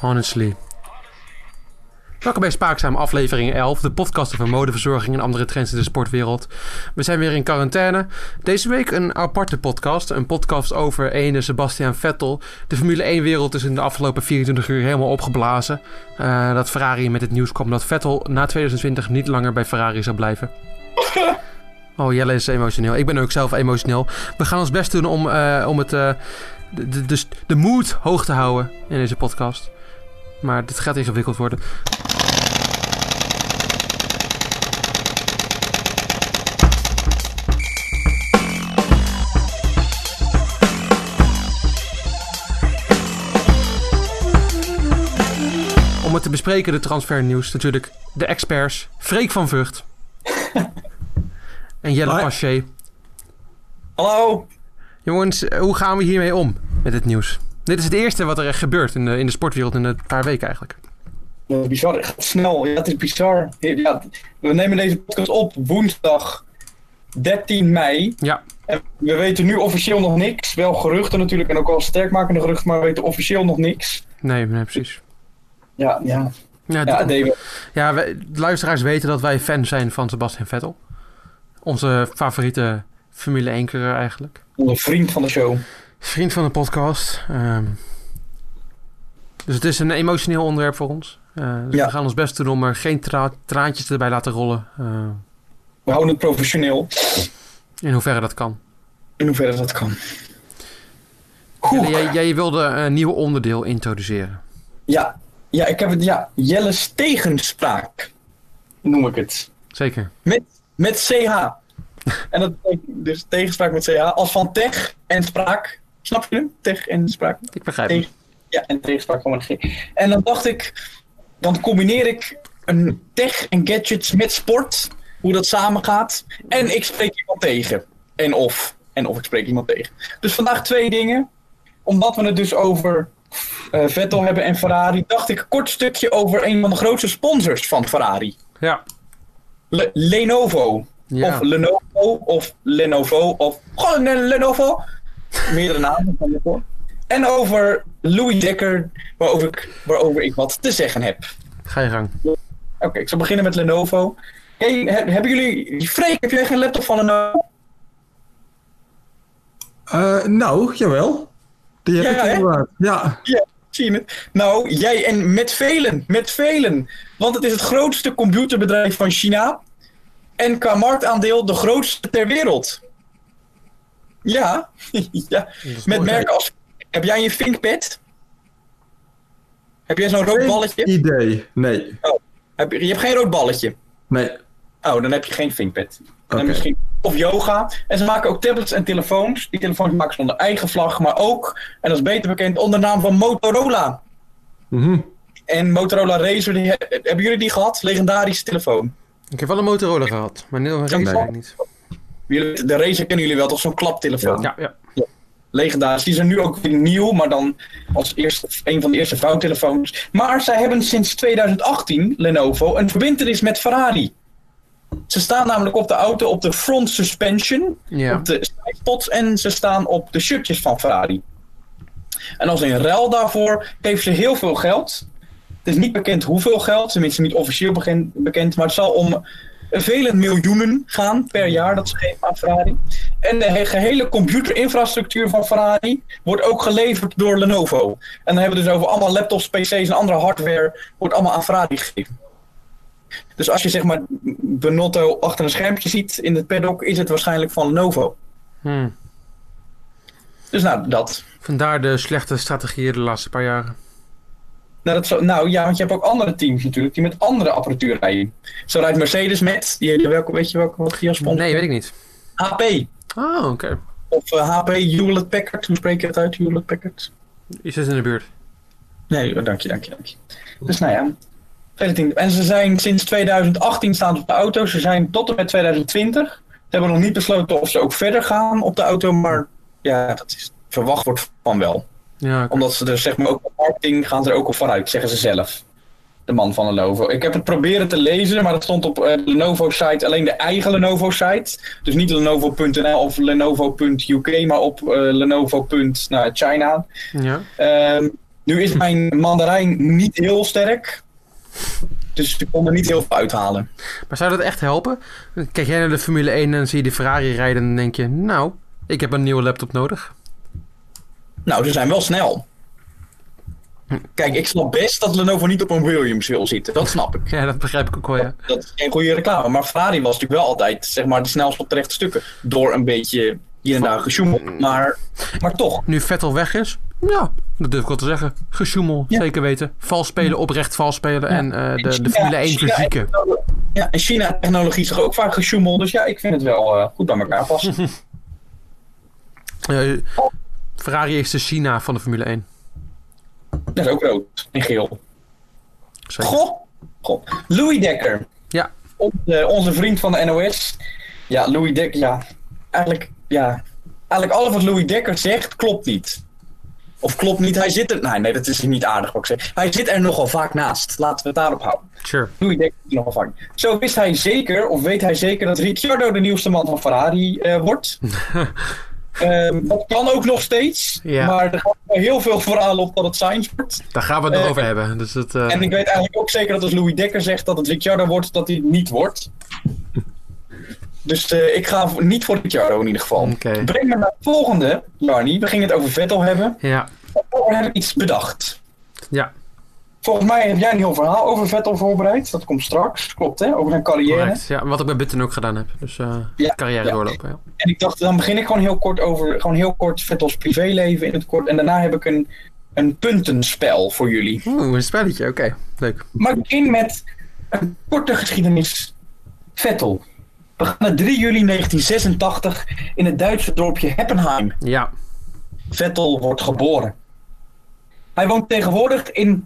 Honestly. Welkom bij Spaakzaam, aflevering 11. De podcast over modeverzorging en andere trends in de sportwereld. We zijn weer in quarantaine. Deze week een aparte podcast. Een podcast over ene Sebastian Vettel. De Formule 1-wereld is in de afgelopen 24 uur helemaal opgeblazen. Dat Ferrari met het nieuws kwam dat Vettel na 2020 niet langer bij Ferrari zou blijven. Oh, Jelle is emotioneel. Ik ben ook zelf emotioneel. We gaan ons best doen om de mood hoog te houden in deze podcast. Maar dit gaat ingewikkeld worden. Om het te bespreken, de transfernieuws. Natuurlijk de experts. Freek van Vught. En Jelle Paché. Hallo. Jongens, hoe gaan we hiermee om met het nieuws? Dit is het eerste wat er echt gebeurt in de sportwereld in een paar weken eigenlijk. Bizar, het gaat snel. Ja, het is bizar. Ja, we nemen deze podcast op woensdag 13 mei. Ja. En we weten nu officieel nog niks. Wel geruchten natuurlijk en ook wel sterkmakende geruchten, maar we weten officieel nog niks. Nee, precies. Ja. De luisteraars weten dat wij fan zijn van Sebastian Vettel. Onze favoriete Formule 1-coureur eigenlijk. Onze vriend van de show. Vriend van de podcast. Dus het is een emotioneel onderwerp voor ons. We gaan ons best doen om er geen traantjes erbij laten rollen. We houden het professioneel. In hoeverre dat kan. Jij wilde een nieuw onderdeel introduceren. Ja, ik heb het. Ja, Jelle's tegenspraak noem ik het. Zeker. Met CH. En dat betekent dus tegenspraak met CH. Als van tech en spraak. Snap je hem? Tech en spraak. Ik begrijp het. Ja, en tegenspraak van een G. En dan dacht ik, dan combineer ik een tech en gadgets met sport. Hoe dat samengaat. En ik spreek iemand tegen. En of ik spreek iemand tegen. Dus vandaag 2 dingen. Omdat we het dus over Vettel hebben en Ferrari. Dacht ik een kort stukje over een van de grootste sponsors van Ferrari. Ja. Lenovo. Ja. Of Lenovo. Of Lenovo. Of gewoon Lenovo. Meerdere namen van voor. En over Louis Dekker, waarover ik wat te zeggen heb. Ga je gang. Oké, ik zal beginnen met Lenovo. Hey, hebben jullie... Freek, heb jij geen laptop van Lenovo? Nou, jawel. Die heb ik inderdaad. Ja, zie je het? Nou, jij en met velen. Want het is het grootste computerbedrijf van China. En qua marktaandeel de grootste ter wereld. Ja. Met merken als... Heb jij je ThinkPad? Heb jij zo'n rood balletje? Idee, nee. Oh, je hebt geen rood balletje? Nee. Oh, dan heb je geen ThinkPad. Okay. Misschien of yoga. En ze maken ook tablets en telefoons. Die telefoons maken ze onder eigen vlag, maar ook, en dat is beter bekend, onder de naam van Motorola. Mm-hmm. En Motorola Razr, hebben jullie die gehad? Legendarische telefoon. Ik heb wel een Motorola gehad, maar een Razr niet. De Razr kennen jullie wel, toch zo'n klaptelefoon? Ja. Legendarisch. Die zijn nu ook weer nieuw, maar dan als een van de eerste vouwtelefoons. Maar zij hebben sinds 2018, Lenovo, een verbintenis met Ferrari. Ze staan namelijk op de auto op de front suspension, op de sidepods en ze staan op de shirtjes van Ferrari. En als in ruil daarvoor geven ze heel veel geld. Het is niet bekend hoeveel geld, tenminste niet officieel bekend, maar het zal om vele miljoenen gaan per jaar dat ze geven aan Ferrari. En de gehele computerinfrastructuur van Ferrari wordt ook geleverd door Lenovo. En dan hebben we dus over allemaal laptops, pc's en andere hardware, wordt allemaal aan Ferrari gegeven. Dus als je zeg maar Benotto achter een schermpje ziet in het paddock, is het waarschijnlijk van Lenovo. Dus nou, dat. Vandaar de slechte strategieën de laatste paar jaren. Nou ja, want je hebt ook andere teams natuurlijk die met andere apparatuur rijden. Zo rijdt Mercedes met, weet je welke wat die als sponsor? Nee, weet ik niet. HP. Oh, oké. Of HP Hewlett-Packard, hoe spreek je het uit, Hewlett-Packard? Is het in de buurt? Nee, dank je. Dus nou ja, vele teams. En ze zijn sinds 2018 staan op de auto, ze zijn tot en met 2020. Ze hebben nog niet besloten of ze ook verder gaan op de auto, maar ja, dat is verwacht wordt van wel. Ja, okay. Omdat ze er zeg maar ook op marketing gaan ze er ook op vooruit, zeggen ze zelf. De man van Lenovo. Ik heb het proberen te lezen, maar het stond op Lenovo-site, alleen de eigen Lenovo-site. Dus niet lenovo.nl of lenovo.uk, maar op lenovo.china. Ja. Nu is mijn mandarijn niet heel sterk. Dus ik kon er niet heel veel uithalen. Maar zou dat echt helpen? Kijk jij naar de Formule 1 en zie je de Ferrari rijden en dan denk je... Nou, ik heb een nieuwe laptop nodig. Nou, ze zijn wel snel. Kijk, ik snap best dat Lenovo niet op een Williams wil zitten. Dat snap ik. Ja, dat begrijp ik ook wel, ja. Dat is geen goede reclame. Maar Ferrari was natuurlijk wel altijd, zeg maar, de snelste op de rechte stukken. Door een beetje hier en daar gesjoemeld. Maar toch. Nu Vettel weg is, ja, dat durf ik wel te zeggen. Gesjoemel, zeker weten. Vals spelen, oprecht vals spelen en de Formule 1 verzieken. Ja, en China-technologie is toch ook vaak gesjoemeld. Dus ja, ik vind het wel goed bij elkaar passen. Ferrari is de China van de Formule 1. Dat is ook rood en geel. Zeker. Goh. Louis Dekker. Ja. Onze vriend van de NOS. Ja, Louis Dekker, ja. Eigenlijk alles wat Louis Dekker zegt, klopt niet. Of klopt niet, hij zit er... Nee, dat is niet aardig wat ik zeg. Hij zit er nogal vaak naast. Laten we het daarop houden. Sure. Louis Dekker is nogal vaak. Zo weet hij zeker dat Ricciardo de nieuwste man van Ferrari wordt. Dat kan ook nog steeds. Ja. Maar er gaan heel veel verhalen op dat het Sainz wordt. Daar gaan we het nog over hebben. Dus En ik weet eigenlijk ook zeker dat als Louis Dekker zegt dat het Ricciardo wordt, dat hij het niet wordt. Dus ik ga niet voor Ricciardo in ieder geval. Okay. Breng me naar het volgende, Jarny. We gingen het over Vettel hebben. Ja. Daarvoor heb ik iets bedacht. Ja. Volgens mij heb jij een heel verhaal over Vettel voorbereid. Dat komt straks, klopt hè? Over zijn carrière. Correct. Ja, wat ik bij Button ook gedaan heb. Dus carrière doorlopen. Ja. En ik dacht, dan begin ik gewoon heel kort Vettels privéleven in het kort. En daarna heb ik een puntenspel voor jullie. Oeh, een spelletje. Oké, leuk. Maar ik begin met een korte geschiedenis. Vettel. We gaan naar 3 juli 1986 in het Duitse dorpje Heppenheim. Ja. Vettel wordt geboren. Hij woont tegenwoordig in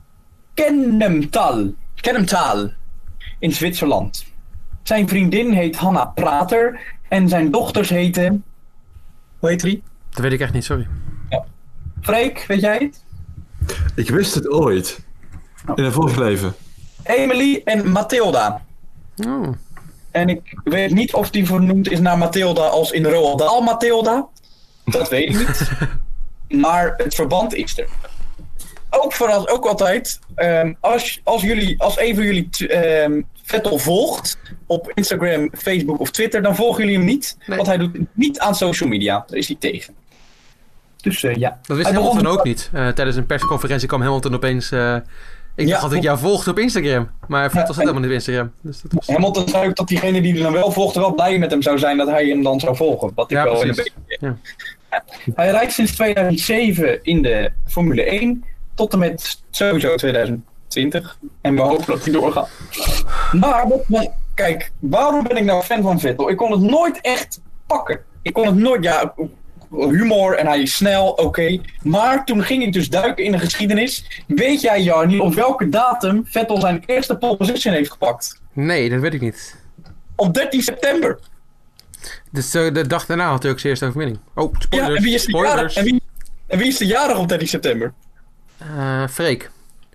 Kennemtal in Zwitserland. Zijn vriendin heet Hanna Prater en zijn dochters heten... Hoe heet die? Dat weet ik echt niet, sorry. Ja. Freek, weet jij het? Ik wist het ooit. In een vorig leven. Emily en Mathilda. Oh. En ik weet niet of die vernoemd is naar Mathilda als in Roald Dahl Mathilda. Dat weet ik niet. Maar het verband is er. Ook altijd, als een van jullie Vettel volgt op Instagram, Facebook of Twitter, dan volgen jullie hem niet. Nee. Want hij doet niet aan social media. Daar is hij tegen. Dus ja. Dat wist Hamilton ook niet. Tijdens een persconferentie kwam Hamilton opeens... Ik dacht dat ik jou volgde op Instagram. Maar Vettel zit helemaal niet op Instagram. Dus dat was... Hamilton zei ook dat diegene die er dan wel volgde wel blij met hem zou zijn dat hij hem dan zou volgen. Wat ik wel een beetje... Ja. Hij rijdt sinds 2007 in de Formule 1 tot en met sowieso 2020. En we hopen dat hij doorgaat. Maar, kijk, waarom ben ik nou fan van Vettel? Ik kon het nooit echt pakken. Ik kon het nooit, ja, humor en hij is snel, oké. Maar toen ging ik dus duiken in de geschiedenis. Weet jij, Jarny, op welke datum Vettel zijn eerste pole position heeft gepakt? Nee, dat weet ik niet. Op 13 september. Dus de dag daarna had hij ook zijn eerste overwinning. Oh, spoilers. Ja, en wie is de jarig op 13 september? Freek.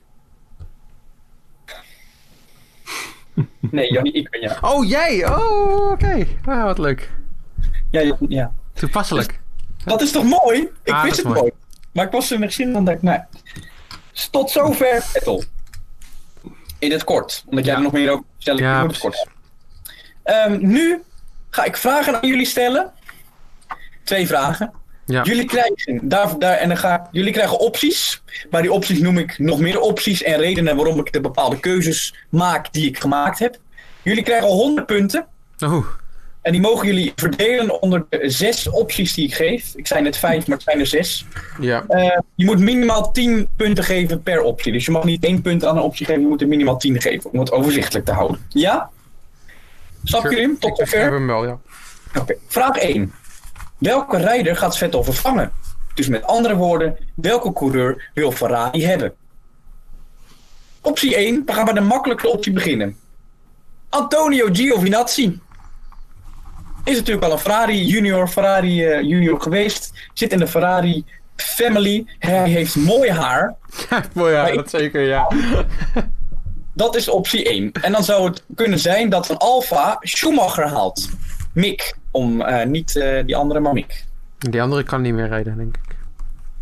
Nee, Jarny, ik ben ja. Oh, jij! Oh, oké. Ah, wat leuk. Ja. Toepasselijk. Dus, dat is toch mooi? Ik wist het mooi. nooit. Maar ik was er in de geschiedenis en dacht ik, nee. Tot zover Vettel. In het kort. Omdat jij er nog meer over stel ik in het kort. Nu ga ik vragen aan jullie stellen. 2 vragen. Ja. Jullie krijgen opties. Maar die opties noem ik nog meer opties en redenen waarom ik de bepaalde keuzes maak die ik gemaakt heb. Jullie krijgen al 100 punten. Oh. En die mogen jullie verdelen onder de 6 opties die ik geef. Ik zei net 5, maar het zijn er 6. Ja. Je moet minimaal 10 punten geven per optie. Dus je mag niet 1 punt aan een optie geven. Je moet er minimaal 10 geven. Om het overzichtelijk te houden. Ja? Snap je hem? Tot zover? Ik heb hem wel, ja. Oké. Vraag 1. Welke rijder gaat Vettel vervangen? Dus met andere woorden, welke coureur wil Ferrari hebben? Optie 1. We gaan bij de makkelijkste optie beginnen. Antonio Giovinazzi. Is natuurlijk al een Ferrari junior geweest. Zit in de Ferrari family. Hij heeft mooi haar. Mooi haar, dat zeker, ja. Dat is optie 1. En dan zou het kunnen zijn dat een Alfa Schumacher haalt. Mick. Niet die andere, maar Mick. Die andere kan niet meer rijden, denk ik.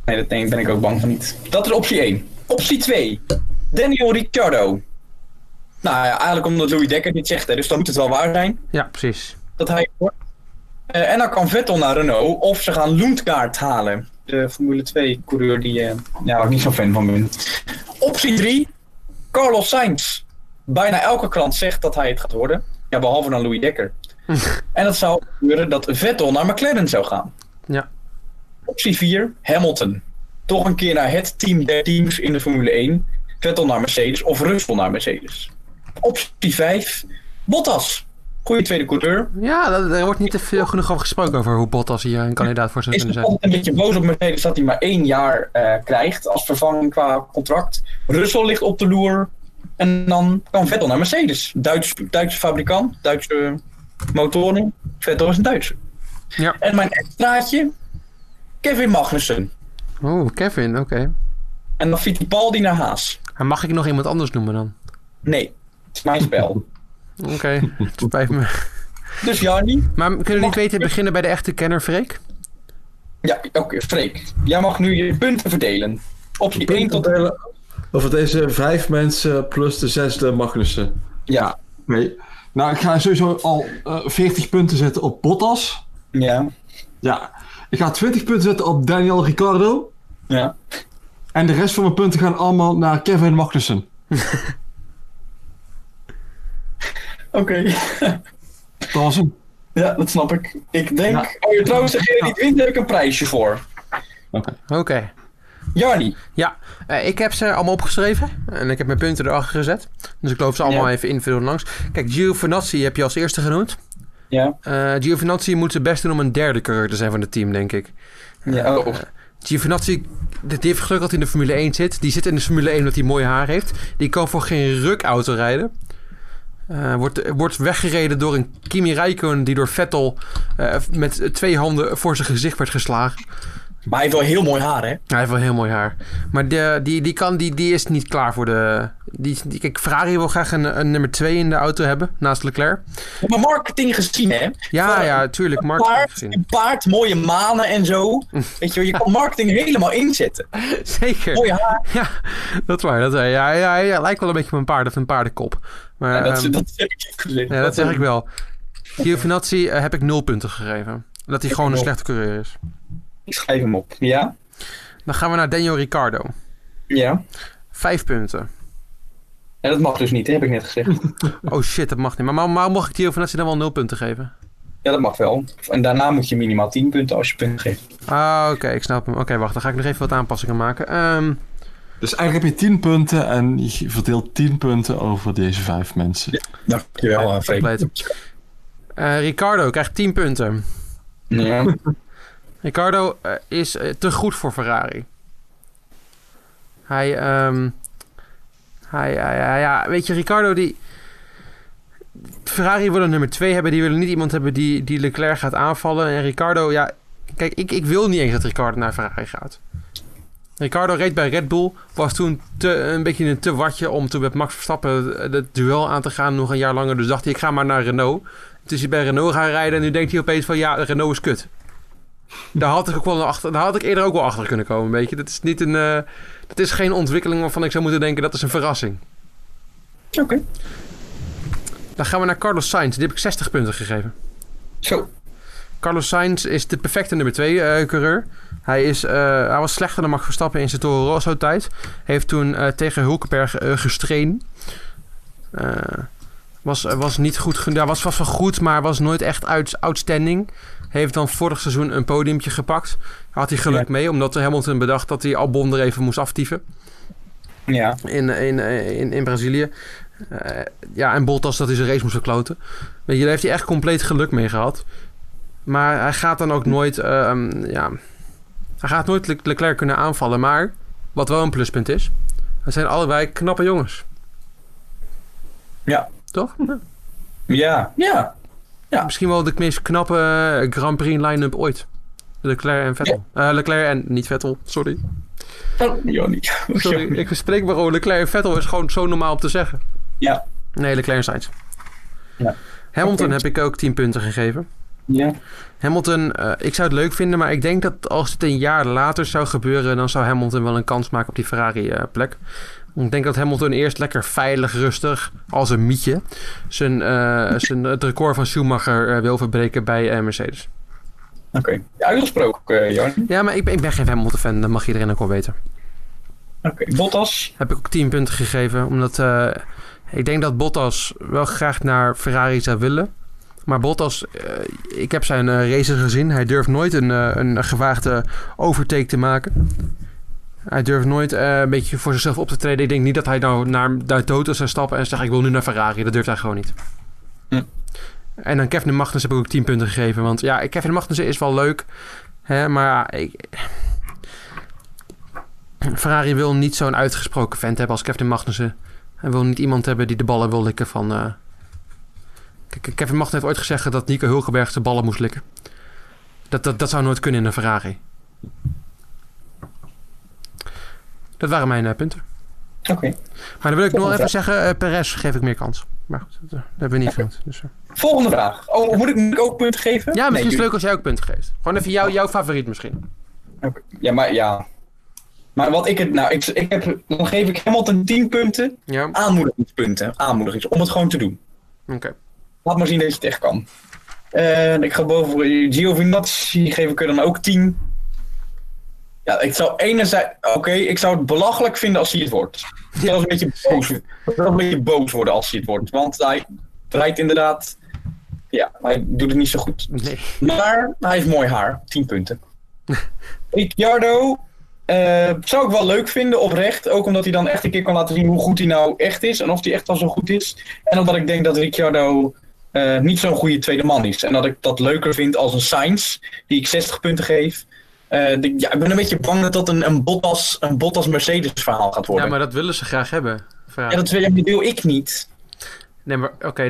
Nee, dat ben ik ook bang van niet. Dat is optie 1. Optie 2. Daniel Ricciardo. Nou ja, eigenlijk omdat Louis Dekker dit zegt, hè, dus dan moet het wel waar zijn. Ja, precies. Dat hij wordt. En dan kan Vettel naar Renault of ze gaan Lundgaard halen. De Formule 2 coureur die waar ik niet zo'n fan van ben. Optie 3. Carlos Sainz. Bijna elke krant zegt dat hij het gaat worden. Ja, behalve dan Louis Dekker. En dat zou gebeuren dat Vettel naar McLaren zou gaan. Ja. Optie 4. Hamilton. Toch een keer naar het team der teams in de Formule 1. Vettel naar Mercedes of Russell naar Mercedes. Optie 5. Bottas. Goeie tweede coureur. Ja, er wordt niet te veel genoeg over gesproken over hoe Bottas hier een kandidaat voor zou kunnen Is zijn. altijd een beetje boos op Mercedes dat hij maar 1 jaar krijgt als vervanging qua contract. Russell ligt op de loer. En dan kan Vettel naar Mercedes. Duitse fabrikant, Duitse motoren. Vettel is een Duitser. Ja. En mijn extraatje, Kevin Magnussen. Oeh, Kevin, oké. En dan Fittipaldi naar Haas. En mag ik nog iemand anders noemen dan? Nee, het is mijn spel. Oké, het spijt me. Dus Jarni. Maar kunnen we niet beter beginnen bij de echte kenner, Freek? Ja, oké, Freek. Jij mag nu je punten verdelen. Optie 1 tot... Over deze 5 mensen plus de 6e Magnussen. Ja. Nee. Nou, ik ga sowieso al 40 punten zetten op Bottas. Ja. Ja. Ik ga 20 punten zetten op Daniel Ricciardo. Ja. En de rest van mijn punten gaan allemaal naar Kevin Magnussen. Oké. Dat was hem. Ja, dat snap ik. Ik denk... Ja. Trouwens, degene die het wint, heb ik een prijsje voor. Oké. Jarni. Ja, ik heb ze allemaal opgeschreven. En ik heb mijn punten erachter gezet. Dus ik loop ze allemaal even invullen langs. Kijk, Giovinazzi heb je als eerste genoemd. Ja. Giovinazzi moet het best doen om een derde coureur te zijn van het team, denk ik. Ja. Giovinazzi, die heeft geluk dat hij in de Formule 1 zit. Die zit in de Formule 1 omdat hij mooi haar heeft. Die kan voor geen ruk auto rijden. Wordt weggereden door een Kimi Räikkönen die door Vettel met 2 handen voor zijn gezicht werd geslagen. Maar hij heeft wel heel mooi haar, hè? Hij heeft wel heel mooi haar. Maar die is niet klaar voor de... Kijk, Ferrari wil graag een nummer 2 in de auto hebben, naast Leclerc. Maar marketing gezien, hè? Ja, tuurlijk. Marketing gezien. Een paard, mooie manen en zo. Weet je kan marketing helemaal inzetten. Zeker. Mooi haar. Ja, dat is waar. Ja, hij lijkt wel een beetje op een paard of een paardenkop. Maar, dat zeg ik niet gezegd. Ja, dat zeg ik wel. Giovinazzi heb ik 0 punten gegeven. Dat hij gewoon een slechte coureur is. Ik schrijf hem op. Ja? Dan gaan we naar Daniel Ricciardo. Ja. 5 punten. En dat mag dus niet, hè, heb ik net gezegd. Oh shit, dat mag niet. Maar mag ik Giovinazzi dan wel 0 punten geven? Ja, dat mag wel. En daarna moet je minimaal 10 punten als je punten geeft. Ah, oké, ik snap hem. Oké, wacht, dan ga ik nog even wat aanpassingen maken. Dus eigenlijk heb je 10 punten en je verdeelt 10 punten over deze 5 mensen. Ja, dankjewel, Freek. Ricciardo krijgt 10 punten. Ja. Ricciardo is te goed voor Ferrari. Weet je, Ricciardo die... Ferrari wil een nummer 2 hebben. Die willen niet iemand hebben die Leclerc gaat aanvallen. En Ricciardo, ja... Kijk, ik wil niet eens dat Ricciardo naar Ferrari gaat. Ricciardo reed bij Red Bull. Was toen een beetje een te watje om toen met Max Verstappen het duel aan te gaan nog een jaar langer. Dus dacht hij, ik ga maar naar Renault. Toen is hij bij Renault gaan rijden. En nu denkt hij opeens van, ja, Renault is kut. Daar had ik eerder ook wel achter kunnen komen, weet je. Dat is geen ontwikkeling waarvan ik zou moeten denken, dat is een verrassing. Oké. Dan gaan we naar Carlos Sainz. Die heb ik 60 punten gegeven. Zo. Carlos Sainz is de perfecte nummer 2 coureur. Hij was slechter dan Max Verstappen in zijn Toro Rosso tijd. Heeft toen tegen Hulkenberg gestreden. Was niet goed. Ja, was wel goed, maar was nooit echt outstanding. Heeft dan vorig seizoen een podiumpje gepakt. Had hij geluk mee, omdat Hamilton bedacht dat hij Albon er even moest aftieven. Ja. In Brazilië. En Bottas dat hij zijn race moest verkloten. Weet je, daar heeft hij echt compleet geluk mee gehad. Maar hij gaat dan ook nooit... hij gaat nooit Leclerc kunnen aanvallen. Maar, wat wel een pluspunt is... Het zijn allebei knappe jongens. Ja. Toch? Ja. Misschien wel de meest knappe Grand Prix line-up ooit. Leclerc en Vettel. Leclerc en niet Vettel, sorry. Niet. Sorry, ik verspreek maar over Leclerc en Vettel is gewoon zo normaal om te zeggen. Ja. Nee, Leclerc en Sainz. Ja. Hamilton heb ik ook 10 punten gegeven. Ja. Hamilton, ik zou het leuk vinden, maar ik denk dat als het een jaar later zou gebeuren, dan zou Hamilton wel een kans maken op die Ferrari-plek. Ik denk dat Hamilton eerst lekker veilig, rustig, als een mietje, het record van Schumacher wil verbreken bij Mercedes. Oké. Uitgesproken, Jan. Ja, maar ik ben geen Hamilton-fan, dat mag iedereen ook wel weten. Oké. Bottas? Heb ik ook 10 punten gegeven, omdat ik denk dat Bottas wel graag naar Ferrari zou willen. Maar Bottas, ik heb zijn races gezien. Hij durft nooit een gewaagde overtake te maken. Hij durft nooit een beetje voor zichzelf op te treden. Ik denk niet dat hij nou naar Toto zou stappen en zeggen: ik wil nu naar Ferrari. Dat durft hij gewoon niet. En dan Kevin Magnussen heb ik ook 10 punten gegeven. Want ja, Kevin Magnussen is wel leuk. Hè, maar Ferrari wil niet zo'n uitgesproken vent hebben als Kevin Magnussen. Hij wil niet iemand hebben die de ballen wil likken van... Kevin Magnussen heeft ooit gezegd dat Nico Hulkenberg zijn ballen moest likken. Dat zou nooit kunnen in een Ferrari. Dat waren mijn punten. Oké. Maar dan wil ik nog even zeggen, Perez geef ik meer kans. Maar goed, dat hebben we niet genoemd. Dus, Volgende vraag. Oh, moet ik ook punten geven? Ja, misschien is het leuk als jij ook punten geeft. Gewoon even jouw favoriet misschien. Okay. Ja. Maar wat ik het... Nou, dan geef ik Hamilton 10 punten. Ja. Aanmoedigingspunten. Om het gewoon te doen. Oké. Laat maar zien dat je het echt kan. Ik ga boven Giovinazzi geef ik er dan ook 10. Ja, ik zou enerzijds... Oké, ik zou het belachelijk vinden als hij het wordt. Ik zou een beetje boos worden als hij het wordt. Want hij rijdt inderdaad... Ja, hij doet het niet zo goed. Nee. Maar hij heeft mooi haar. 10 punten. Ricciardo... zou ik wel leuk vinden, oprecht. Ook omdat hij dan echt een keer kan laten zien hoe goed hij nou echt is. En of hij echt wel zo goed is. En omdat ik denk dat Ricciardo niet zo'n goede tweede man is. En dat ik dat leuker vind als een Sainz, die ik 60 punten geef. Ik ben een beetje bang dat een Bottas Mercedes verhaal gaat worden. Ja, maar dat willen ze graag hebben. Ja, dat wil ik niet. Nee, maar oké.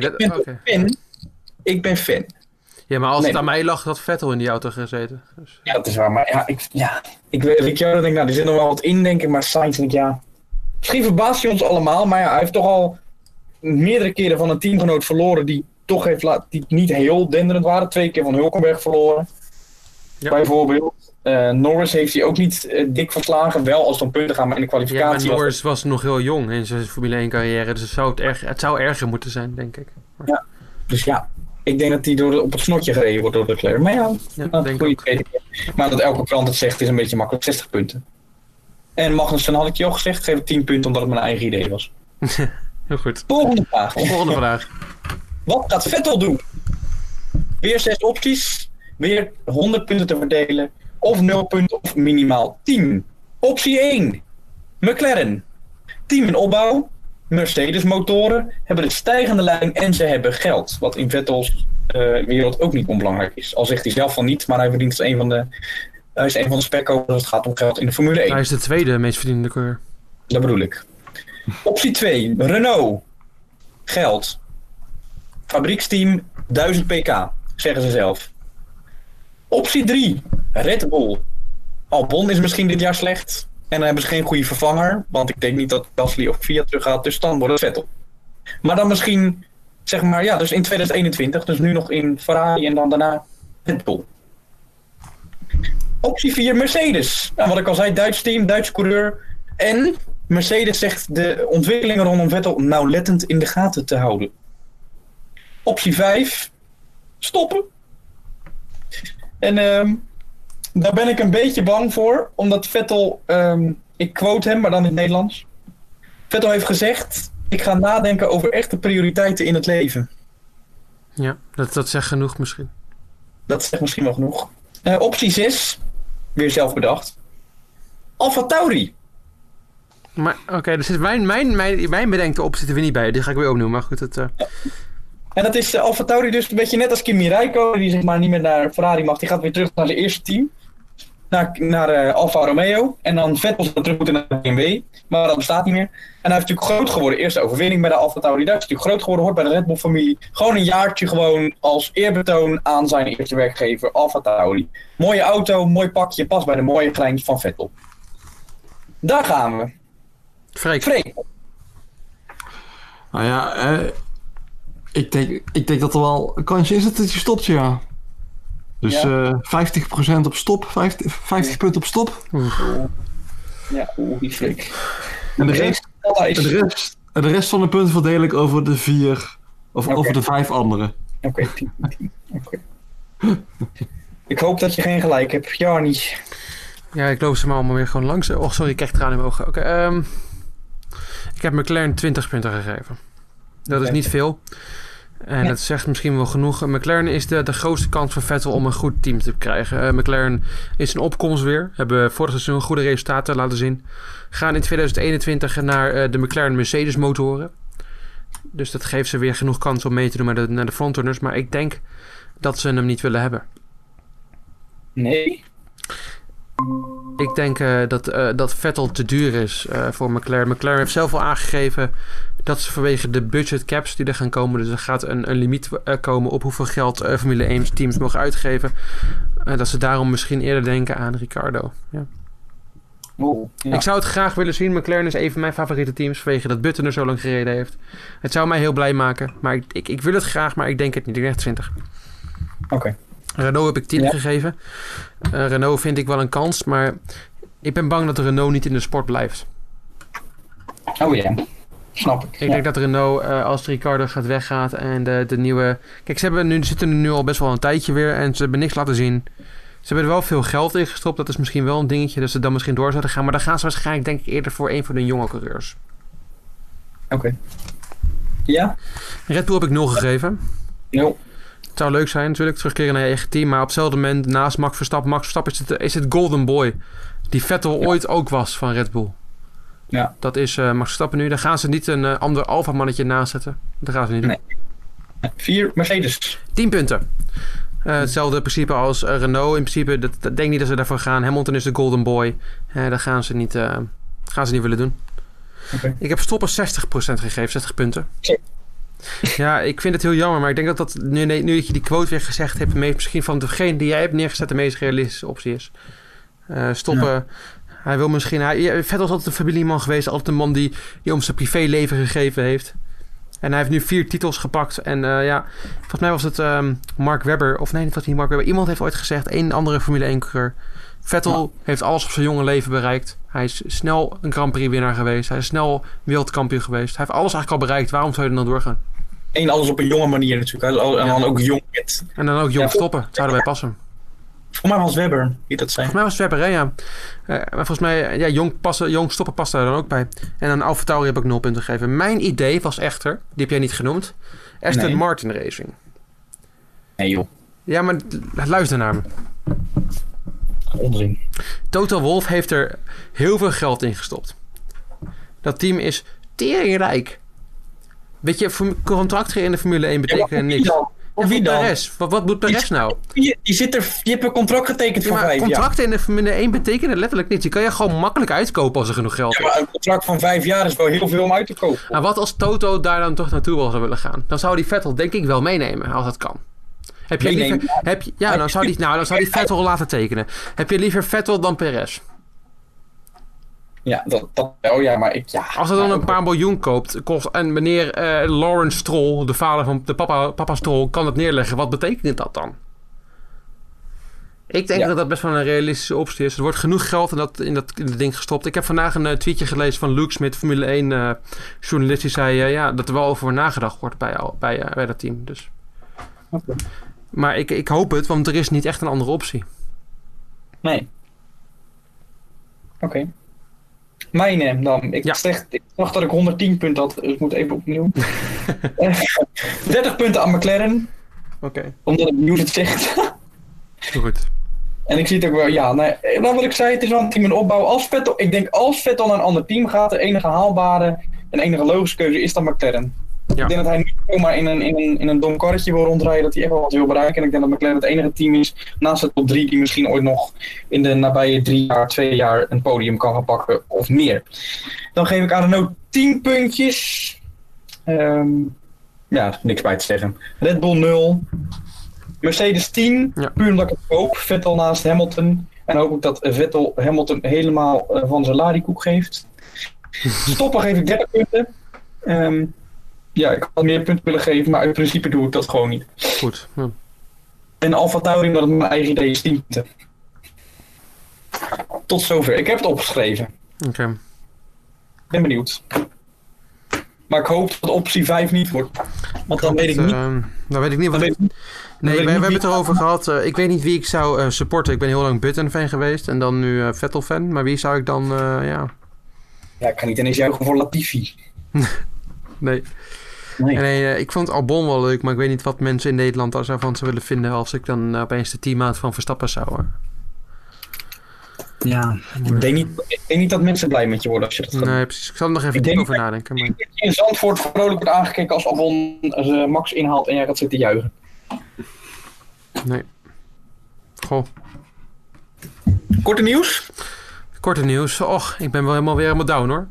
Ik ben fan. Ja, maar als het aan mij lag, had Vettel in die auto gezeten. Dus. Ja, dat is waar. Maar Ricciardo denk nou, er zit nog wel wat in, denk ik. Maar Sainz denk ja. Misschien verbaast hij ons allemaal. Maar ja, hij heeft toch al meerdere keren van een teamgenoot verloren die toch die niet heel denderend waren. 2 keer van Hulkenberg verloren. Ja. Bijvoorbeeld. Norris heeft hij ook niet dik verslagen. Wel als het om punten gaan, maar in de kwalificatie... Ja, maar Norris was nog heel jong in zijn Formule 1 carrière. Dus het zou erger moeten zijn, denk ik. Maar... Ja, dus ja. Ik denk dat hij op het snotje gereden wordt door Leclerc. Maar ja, denk ik. Maar dat elke krant het zegt is een beetje makkelijk. 60 punten. En Magnussen had ik je al gezegd. Geef ik 10 punten omdat het mijn eigen idee was. Heel goed. Volgende vraag. Wat gaat Vettel doen? Weer 6 opties. Weer 100 punten te verdelen. Of 0 punten of minimaal 10. Optie 1. McLaren. Team in opbouw. Mercedes motoren hebben een stijgende lijn en ze hebben geld. Wat in Vettels wereld ook niet onbelangrijk is. Al zegt hij zelf van niet, maar hij verdient als hij is een van de spekkoopers als het gaat om geld in de Formule 1. Hij is de tweede meest verdienende coureur. Dat bedoel ik. Optie 2. Renault. Geld. Fabrieksteam 1000 pk, zeggen ze zelf. Optie 3. Red Bull. Albon is misschien dit jaar slecht. En dan hebben ze geen goede vervanger. Want ik denk niet dat Gasly of Fiat terug gaat. Dus dan wordt het Vettel. Maar dan misschien, zeg maar, ja, dus in 2021. Dus nu nog in Ferrari en dan daarna Red Bull. Optie 4, Mercedes. Nou, wat ik al zei, Duits team, Duitse coureur. En Mercedes zegt de ontwikkelingen rondom Vettel nauwlettend in de gaten te houden. Optie 5, stoppen. En daar ben ik een beetje bang voor, omdat Vettel, ik quote hem, maar dan in het Nederlands. Vettel heeft gezegd, ik ga nadenken over echte prioriteiten in het leven. Ja, dat zegt genoeg misschien. Dat zegt misschien wel genoeg. Optie 6, weer zelf bedacht. AlphaTauri. Maar oké, dus mijn bedenkte optie zitten we niet bij. Die ga ik weer opnoemen, maar goed. En dat is AlphaTauri dus een beetje net als Kimi Räikkönen, die zeg maar niet meer naar Ferrari mag. Die gaat weer terug naar zijn eerste team. Naar Alfa Romeo. En dan Vettel zou terug moeten naar BMW. Maar dat bestaat niet meer. En hij is natuurlijk groot geworden. Eerste overwinning bij de AlphaTauri. Hij is natuurlijk groot geworden, hoort bij de Red Bull familie. Gewoon een jaartje gewoon als eerbetoon aan zijn eerste werkgever AlphaTauri. Mooie auto, mooi pakje, past bij de mooie klein van Vettel. Daar gaan we. Freek. Nou ja, ik denk dat er wel een kansje is dat je stopt, ja. Dus Ja. 50% op stop, 50 punten op stop. Ja, die flik. En de rest van de punten verdeel ik over de 4, of Oké. over de 5 anderen. Oké, 10. Oké. Ik hoop dat je geen gelijk hebt. Jarni. Ja, ik loop ze maar allemaal weer gewoon langs. Oh, sorry, ik krijg tranen in mijn ogen. Oké, ik heb McLaren 20 punten gegeven. Dat is niet veel. En dat zegt misschien wel genoeg. McLaren is de grootste kans voor Vettel om een goed team te krijgen. McLaren is een opkomst weer. Hebben vorig seizoen goede resultaten laten zien. Gaan in 2021 naar de McLaren Mercedes motoren. Dus dat geeft ze weer genoeg kans om mee te doen naar de frontrunners. Maar ik denk dat ze hem niet willen hebben. Nee? Ik denk dat Vettel te duur is voor McLaren. McLaren heeft zelf al aangegeven dat ze vanwege de budget caps die er gaan komen... dus er gaat een limiet komen op hoeveel geld Formule 1 teams mogen uitgeven... dat ze daarom misschien eerder denken aan Ricciardo. Ja. Oh, ja. Ik zou het graag willen zien. McLaren is een van mijn favoriete teams... vanwege dat Button er zo lang gereden heeft. Het zou mij heel blij maken. Maar ik wil het graag, maar ik denk het niet. Ik denk echt 20. Oké. Renault heb ik 10 gegeven. Renault vind ik wel een kans, maar ik ben bang dat Renault niet in de sport blijft. Oh ja, snap ik. Ik denk dat Renault, als Ricciardo weggaat en de nieuwe... Kijk, ze zitten er nu al best wel een tijdje weer en ze hebben niks laten zien. Ze hebben er wel veel geld in gestopt. Dat is misschien wel een dingetje dat ze dan misschien door zouden gaan. Maar dan gaan ze waarschijnlijk denk ik eerder voor een van de jonge coureurs. Oké. Ja? Red Bull heb ik 0 gegeven. No. Het zou leuk zijn natuurlijk, terugkeren naar je eigen team. Maar op hetzelfde moment, naast Max Verstappen is het Golden Boy. Die Vettel ooit ook was van Red Bull. Ja. Dat is Max Verstappen nu. Daar gaan ze niet een ander alfamannetje naast zetten. Dat gaan ze niet doen. Nee. 4 Mercedes. 10 punten. Hetzelfde principe als Renault. In principe, dat denk niet dat ze daarvoor gaan. Hamilton is de Golden Boy. Dat gaan ze niet willen doen. Okay. Ik heb Stoppen 60% gegeven, 60 punten. Shit. Ja, ik vind het heel jammer, maar ik denk dat nu dat je die quote weer gezegd hebt, misschien van degene die jij hebt neergezet de meest realistische optie is. Stoppen. Ja. Hij wil misschien... Vettel is altijd een familieman geweest, altijd een man die om zijn privéleven gegeven heeft. En hij heeft nu 4 titels gepakt. En volgens mij was het Mark Webber. Of nee, het was niet Mark Webber. Iemand heeft ooit gezegd, een andere Formule 1-coureur. Vettel heeft alles op zijn jonge leven bereikt. Hij is snel een Grand Prix winnaar geweest. Hij is snel wereldkampioen geweest. Hij heeft alles eigenlijk al bereikt. Waarom zou je er dan doorgaan? Alles op een jonge manier natuurlijk. En dan ook jong. En dan ook jong stoppen. Zou erbij passen. Volgens mij was Webber die dat zei. Volgens mij was Webber, hè, ja. Maar volgens mij, jong stoppen past daar dan ook bij. En aan AlphaTauri heb ik 0 punten gegeven. Mijn idee was echter, die heb jij niet genoemd, Aston Martin Racing. Nee joh. Ja, maar luister naar me. Onzin. Toto Wolff heeft er heel veel geld in gestopt. Dat team is teringrijk. Weet je, contracten in de Formule 1 betekenen niks. Of wie dan? Perez. Wat moet Perez nou? Je hebt een contract getekend voor 5 jaar. Contracten in de Formule 1 betekenen letterlijk niets. Die kan je gewoon makkelijk uitkopen als er genoeg geld is. Ja, maar een contract van 5 jaar is wel heel veel om uit te kopen. Maar wat als Toto daar dan toch naartoe zou willen gaan? Dan zou die Vettel denk ik wel meenemen, als dat kan. Dan zou die Vettel laten tekenen. Heb je liever Vettel dan Perez? Ja, dat wel, ja, maar als hij dan een paar miljoen koopt, en meneer Lawrence Stroll, de vader van de papa Stroll, kan het neerleggen, wat betekent dat dan? Ik denk dat dat best wel een realistische optie is. Er wordt genoeg geld in dat ding gestopt. Ik heb vandaag een tweetje gelezen van Luke Smith, Formule 1 journalist, die zei dat er wel over nagedacht wordt bij dat team. Dus. Okay. Maar ik hoop het, want er is niet echt een andere optie. Nee. Oké. Mijne dan. Ik dacht dat ik 110 punten had, dus ik moet even opnieuw. 30 punten aan McLaren. Oké. Omdat het nieuws het zegt. Goed. En ik zie het ook wel, wat ik zei, het is wel een team in opbouw. Ik denk als Vettel naar een ander team gaat, de enige haalbare en enige logische keuze is dan McLaren. Ja. Ik denk dat hij niet zomaar in een dom karretje wil rondrijden, dat hij echt wel wat wil bereiken. En ik denk dat McLaren het enige team is, naast de top 3, die misschien ooit nog in de nabije 2 jaar een podium kan gaan pakken of meer. Dan geef ik aan Renault 10 puntjes. Niks bij te zeggen. Red Bull 0. Mercedes 10, puur omdat ik het hoop. Vettel naast Hamilton. En hoop ik dat Vettel Hamilton helemaal van zijn ladiekoek geeft. Stoppen geef ik 30 punten. Ik had meer punten willen geven, maar in principe doe ik dat gewoon niet. Goed. En AlphaTauri omdat het mijn eigen idee is teamte. Tot zover. Ik heb het opgeschreven. Oké. Ben benieuwd. Maar ik hoop dat optie 5 niet wordt. Want dan weet ik niet. Dan weet ik niet wat. Nee, we hebben het erover gehad. Ik weet niet wie ik zou supporten. Ik ben heel lang Button-fan geweest en dan nu Vettel-fan. Maar wie zou ik dan, ja... Ja, ik kan niet ineens juichen voor Latifi. Nee. Ik vond Albon wel leuk, maar ik weet niet wat mensen in Nederland daar van ze willen vinden als ik dan opeens de teammaat van Verstappen zou. Ja, ik denk niet dat mensen blij met je worden als je dat gaat. Nee, precies. Ik zal er nog even diep over nadenken. Maar... Ik denk dat je in Zandvoort vrolijk wordt aangekeken als Albon Max inhaalt en jij gaat zitten juichen. Nee. Goh. Korte nieuws? Korte nieuws. Och, ik ben wel helemaal down hoor.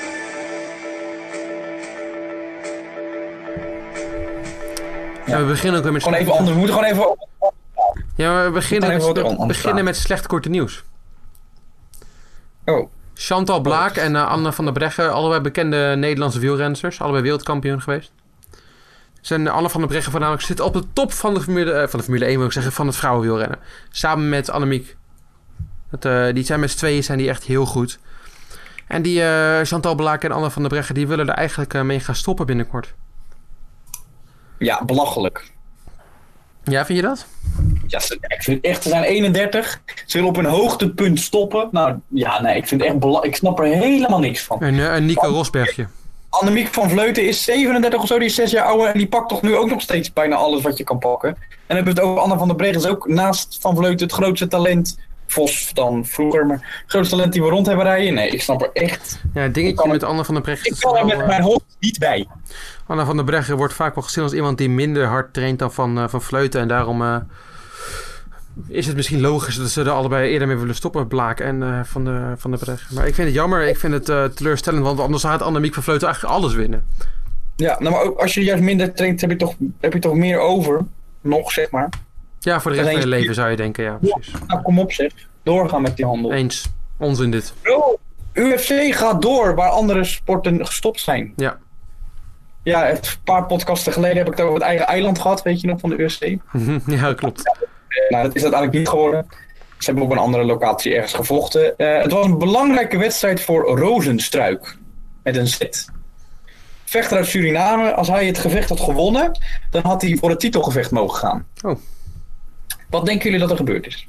Ja, we beginnen ook weer met... Gewoon even anders. We moeten gewoon even... Ja, maar we beginnen met slecht korte nieuws. Oh. Chantal Blaak en Anne van der Breggen, allebei bekende Nederlandse wielrensters, allebei wereldkampioen geweest. Anne van der Breggen voornamelijk zit op de top van de Formule 1, wil ik zeggen, van het vrouwenwielrennen. Samen met Annemiek. Die zijn met z'n tweeën zijn die echt heel goed. En die Chantal Blaak en Anne van der Breggen, die willen er eigenlijk mee gaan stoppen binnenkort. Ja, belachelijk. Ja, vind je dat? Ja, ik vind het echt, ze zijn 31. Ze willen op een hoogtepunt stoppen. Nou, ja, nee, ik vind het echt ik snap er helemaal niks van. En Nico Rosbergje. Annemiek van Vleuten is 37 of zo, die is 6 jaar ouder. En die pakt toch nu ook nog steeds bijna alles wat je kan pakken. En dan hebben we het over Anne van der Breggen. Is ook naast Van Vleuten het grootste talent. Vos dan vroeger, maar het grootste talent die we rond hebben rijden. Nee, ik snap er echt... Ja, het dingetje met Anne van der Breggen... Ik kan er met mijn hoofd niet bij. Anne van der Breggen wordt vaak wel gezien als iemand die minder hard traint dan van Vleuten. En daarom is het misschien logisch dat ze er allebei eerder mee willen stoppen. Blaak en van der Breggen. Maar ik vind het jammer. Ik vind het teleurstellend. Want anders had Annemiek van Vleuten eigenlijk alles winnen. Ja, nou, maar ook als je juist minder traint, heb je toch meer over. Nog, zeg maar. Ja, voor de rest van je leven zou je denken. Ja, precies. Nou, kom op zeg. Doorgaan met die handel. Eens. Onzin dit. Oh, UFC gaat door waar andere sporten gestopt zijn. Ja. Ja, een paar podcasten geleden heb ik het over het eigen eiland gehad, weet je nog, van de UFC. Ja, klopt. Nou, dat is uiteindelijk niet geworden. Ze hebben op een andere locatie ergens gevochten. Het was een belangrijke wedstrijd voor Rozenstruik. Met een Z. Vechter uit Suriname, als hij het gevecht had gewonnen, dan had hij voor het titelgevecht mogen gaan. Oh. Wat denken jullie dat er gebeurd is?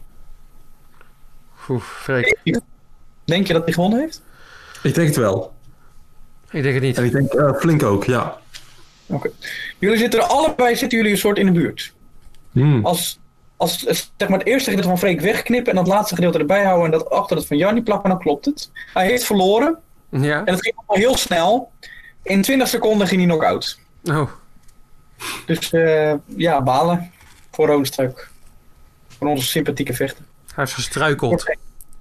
Freek. Denk je dat hij gewonnen heeft? Ik denk het wel. Ik denk het niet. En ik denk flink ook, ja. Oké. Jullie zitten een soort in de buurt. Als zeg maar het eerste gedeelte van Freek wegknippen en dat laatste gedeelte erbij houden en dat achter het van Jannie plakken, dan klopt het. Hij heeft verloren. Ja. En het ging allemaal heel snel. In 20 seconden ging hij knock-out. Oh. Dus ja, balen voor Rozenstruik. Voor onze sympathieke vechter. Hij is gestruikeld.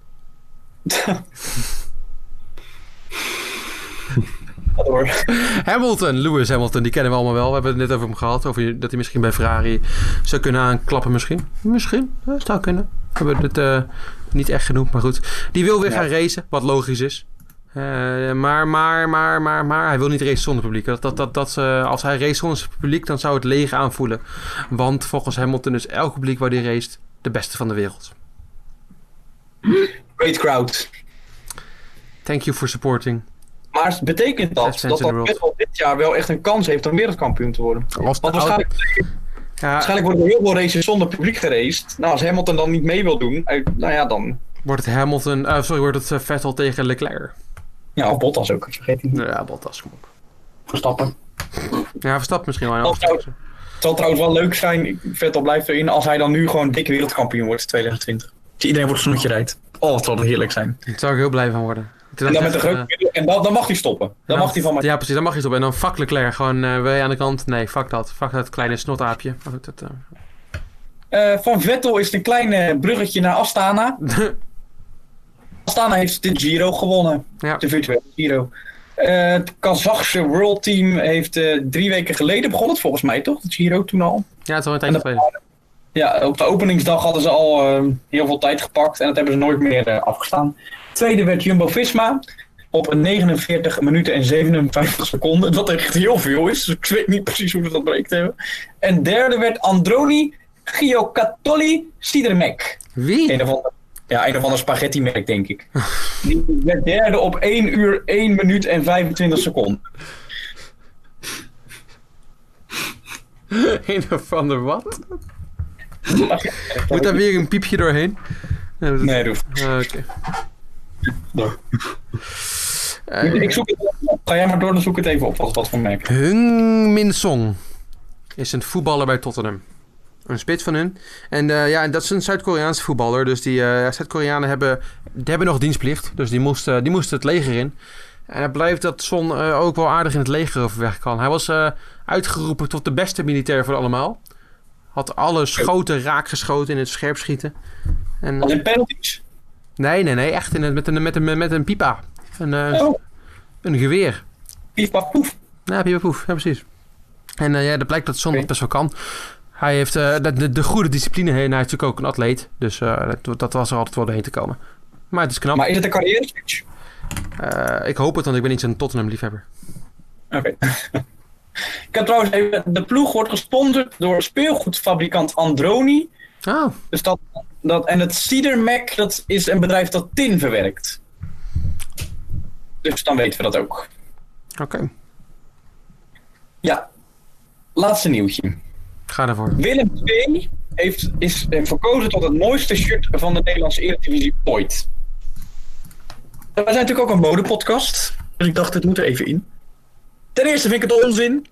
Lewis Hamilton, die kennen we allemaal wel. We hebben het net over hem gehad. Over dat hij misschien bij Ferrari zou kunnen aanklappen misschien. Misschien, dat zou kunnen. We hebben het niet echt genoemd, maar goed. Die wil weer gaan racen, wat logisch is. Maar hij wil niet racen zonder publiek. Als hij race zonder publiek, dan zou het leeg aanvoelen. Want volgens Hamilton is elk publiek waar hij race de beste van de wereld. Great crowd. Thank you for supporting. Maar betekent dat Vettel dit jaar wel echt een kans heeft om wereldkampioen te worden? Want waarschijnlijk worden er heel veel races zonder publiek geraced. Nou, als Hamilton dan niet mee wil doen, nou ja, dan... Wordt het Vettel tegen Leclerc. Ja, of Bottas ook, vergeet niet. Ja, Bottas, kom op. Verstappen. Ja, Verstappen misschien wel. Het zal trouwens wel leuk zijn, Vettel blijft erin, als hij dan nu gewoon dikke wereldkampioen wordt in 2020. Dus iedereen wordt snoetje rijdt. Oh, wat zal dat heerlijk zijn. Daar zou ik heel blij van worden. En dan, dan mag hij stoppen. Ja, precies, dan mag hij stoppen. En dan fuck Leclerc. Gewoon, wil je aan de kant? Nee, fuck dat. Fuck dat kleine snotaapje. Van Vettel is het een klein bruggetje naar Astana. Astana heeft de Giro gewonnen. Ja. De virtuele Giro. Het Kazachse World Team heeft 3 weken geleden begonnen. Volgens mij toch? De Giro toen al. Ja, het is al een tijdje geleden. Ja, op de openingsdag hadden ze al heel veel tijd gepakt. En dat hebben ze nooit meer afgestaan. Tweede werd Jumbo-Visma op 49 minuten en 57 seconden. Wat echt heel veel is. Dus ik weet niet precies hoe ze dat bereikt hebben. En derde werd Androni Giocattoli Sidermec. Wie? Een of ander spaghetti-merk, denk ik. Die werd derde op 1 uur, 1 minuut en 25 seconden. Een of ander wat? Moet daar weer een piepje doorheen? Nee, doe. Oké. Ik zoek het op. Ga jij maar door, dan zoek ik het even op. Wat voor merk. Heung-min Son is een voetballer bij Tottenham. Een spits van hun. En dat is een Zuid-Koreaanse voetballer. Dus die Zuid-Koreanen hebben nog dienstplicht. Dus die moesten het leger in. En het blijft dat Son ook wel aardig in het leger overweg kan. Hij was uitgeroepen tot de beste militair van allemaal. Had alle schoten raak geschoten in het scherpschieten. En, Als in penalties? Nee. Echt met een pipa. Een geweer. Pief, paf, poef. Ja, pipa poef. Ja, precies. En dat blijkt dat Son dat best wel kan. Hij heeft de goede discipline heen. Hij is natuurlijk ook een atleet. Dus dat was er altijd wel doorheen te komen. Maar het is knap. Maar is het een carrière switch? Ik hoop het, want ik ben niet zo'n Tottenham-liefhebber. Oké. Ik heb trouwens even... De ploeg wordt gesponsord door speelgoedfabrikant Androni. Oh. Dus en het Sidermec, dat is een bedrijf dat tin verwerkt. Dus dan weten we dat ook. Oké. Ja. Laatste nieuwtje. Ga daarvoor. Willem II is verkozen tot het mooiste shirt van de Nederlandse Eredivisie ooit. Wij zijn natuurlijk ook een modepodcast. Dus ik dacht, dit moet er even in. Ten eerste vind ik het onzin.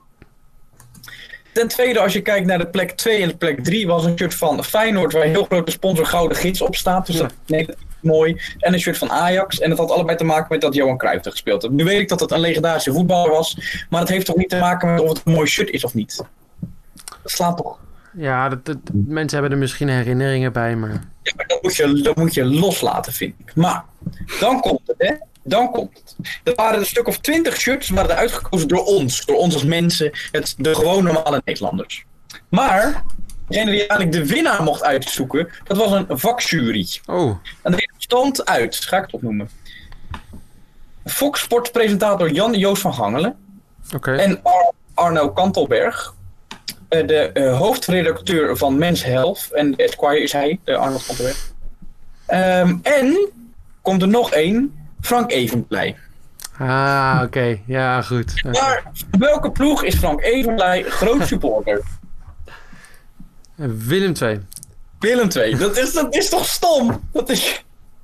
Ten tweede, als je kijkt naar de plek 2 en de plek 3... was een shirt van Feyenoord waar een heel grote sponsor Gouden Gids op staat. Dus dat is mooi. En een shirt van Ajax. En dat had allebei te maken met dat Johan Cruijff er gespeeld heeft. Nu weet ik dat het een legendarische voetballer was. Maar het heeft toch niet te maken met of het een mooi shirt is of niet. Dat slaat toch... Ja, mensen hebben er misschien herinneringen bij, maar... Ja, maar dat moet je loslaten, vind ik. Maar, dan komt het, hè. Dan komt het. Er waren een stuk of 20 shirts waren uitgekozen door ons. Door ons als mensen. De gewoon normale Nederlanders. Maar, degene die eigenlijk de winnaar mocht uitzoeken, dat was een vakjury. Oh. En er stond uit, ga ik het opnoemen. Fox Sports presentator Jan-Joos van Gangelen. Oké. En Arno Kantelberg. De hoofdredacteur van Men's Health. En de Esquire is hij, de Arno Kantelberg. En komt er nog één. Frank Evenblij. Ah, oké. Ja, goed. Okay. Maar welke ploeg is Frank Evenblij groot supporter? Willem II. Willem II. Dat is toch stom? Dat is...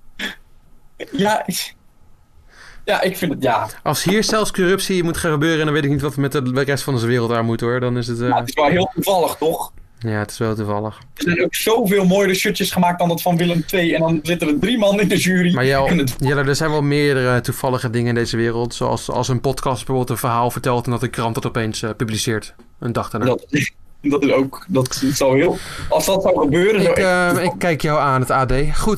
Ja, ik vind het, ja. Als hier zelfs corruptie moet gaan gebeuren... dan weet ik niet wat we met de rest van onze wereld aan moeten, hoor. Dan is het... Het is wel heel toevallig, toch? Ja, het is wel toevallig. Er zijn ook zoveel mooiere shirtjes gemaakt dan dat van Willem II. En dan zitten er 3 man in de jury. Maar Jelle, er zijn wel meerdere toevallige dingen in deze wereld. Zoals als een podcast bijvoorbeeld een verhaal vertelt... en dat de krant dat opeens publiceert. Een dag daarna. Dat is ook... Dat is zo heel... Als dat zou gebeuren... Ik kijk jou aan, het AD. Goed,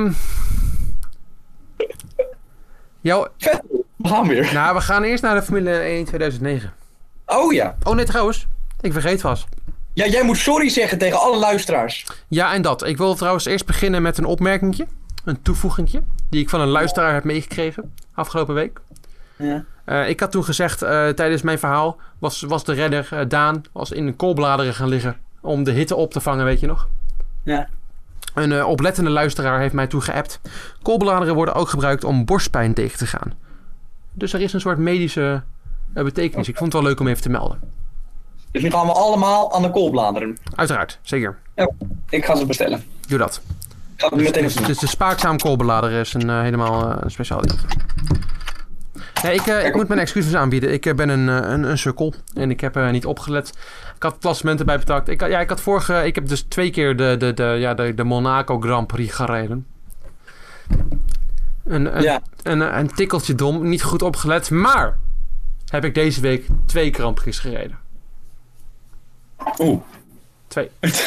We gaan weer. Nou, we gaan eerst naar de Formule 1 2009. Oh ja. Oh nee, trouwens. Ik vergeet vast. Ja, jij moet sorry zeggen tegen alle luisteraars. Ja, en dat. Ik wil trouwens eerst beginnen met een opmerkingje. Een toevoegingje. Die ik van een luisteraar heb meegekregen. Afgelopen week. Ja. Ik had toen gezegd, tijdens mijn verhaal... was de redder Daan in de koolbladeren gaan liggen... om de hitte op te vangen, weet je nog? Ja. Een oplettende luisteraar heeft mij toen geappt. Koolbladeren worden ook gebruikt om borstpijn tegen te gaan. Dus er is een soort medische betekenis. Ik vond het wel leuk om even te melden. Dus nu gaan we allemaal aan de koolbladeren. Uiteraard, zeker. Ja, ik ga ze bestellen. Doe dat. Ik ga het meteen doen. Dus de spaakzaam koolbladeren is helemaal een speciaal ding. Nee, ik moet mijn excuses aanbieden. Ik ben een sukkel. En ik heb niet opgelet. Ik had klassementen bij betaald. Ik heb dus 2 keer de Monaco Grand Prix gereden. Een tikkeltje dom. Niet goed opgelet. Maar heb ik deze week 2 Grand Prix gereden. Oeh. 2.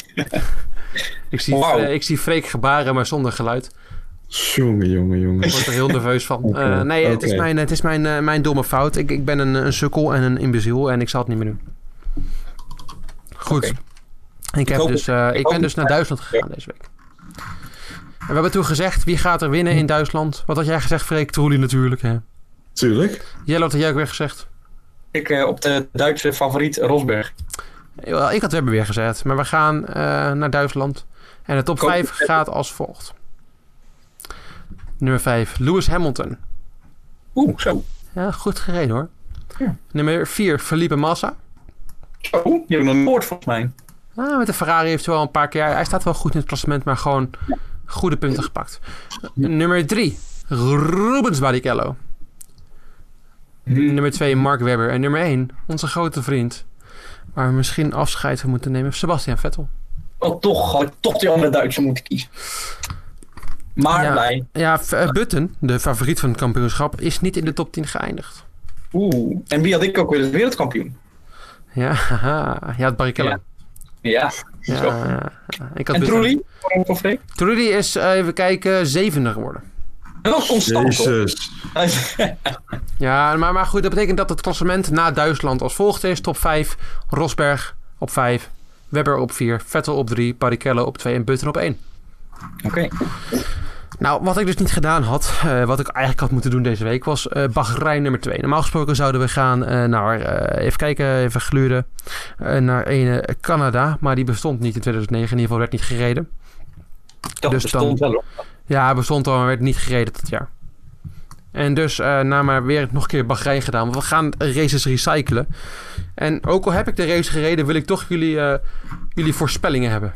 Ik zie Freek gebaren, maar zonder geluid. Jongen. Ik word er heel nerveus van. Nee, het is mijn domme fout. Ik ben een sukkel en een imbeziel en ik zal het niet meer doen. Goed. Okay. Ik ben dus naar Duitsland gegaan deze week. En we hebben toen gezegd, wie gaat er winnen in Duitsland? Wat had jij gezegd, Freek? Trulli natuurlijk, hè? Tuurlijk. Jelle, wat had jij ook weer gezegd? Ik op de Duitse favoriet Rosberg. Ik had Webber weer gezet, maar we gaan naar Duitsland. En de top 5 gaat als volgt. Nummer 5, Lewis Hamilton. Zo. Ja, goed gereden hoor. Ja. Nummer 4, Felipe Massa. Zo, die heb ik nog nooit volgens mij. Met de Ferrari heeft hij wel een paar keer... Hij staat wel goed in het klassement, maar gewoon goede punten gepakt. Nummer 3, Rubens Barrichello. Nummer 2, Mark Webber. En nummer 1, onze grote vriend, waar we misschien afscheid van moeten nemen, Sebastian Vettel. Toch had ik toch die andere Duitser moeten kiezen. Maar blij. Ja, Button, de favoriet van het kampioenschap, is niet in de top 10 geëindigd. En wie had ik ook weer als wereldkampioen? Ja, je had Barrichello. Ja. Ik had en Trulli? Trulli is, even kijken, 7e geworden. Wel constant, Jezus. Ja, maar goed, dat betekent dat het klassement na Duitsland als volgt is. Top 5, Rosberg op 5, Webber op 4, Vettel op 3, Barrichello op 2 en Button op 1. Oké. Nou, wat ik dus niet gedaan had, wat ik eigenlijk had moeten doen deze week, was Bahrein nummer 2. Normaal gesproken zouden we gaan naar, even kijken, even gluren, naar Canada. Maar die bestond niet in 2009, in ieder geval werd niet gereden. Dat dus bestond wel hoor. Ja, bestond al, maar werd niet gereden dat jaar. En dus maar weer nog een keer Bahrein gedaan. Want we gaan races recyclen. En ook al heb ik de race gereden, wil ik toch jullie voorspellingen hebben.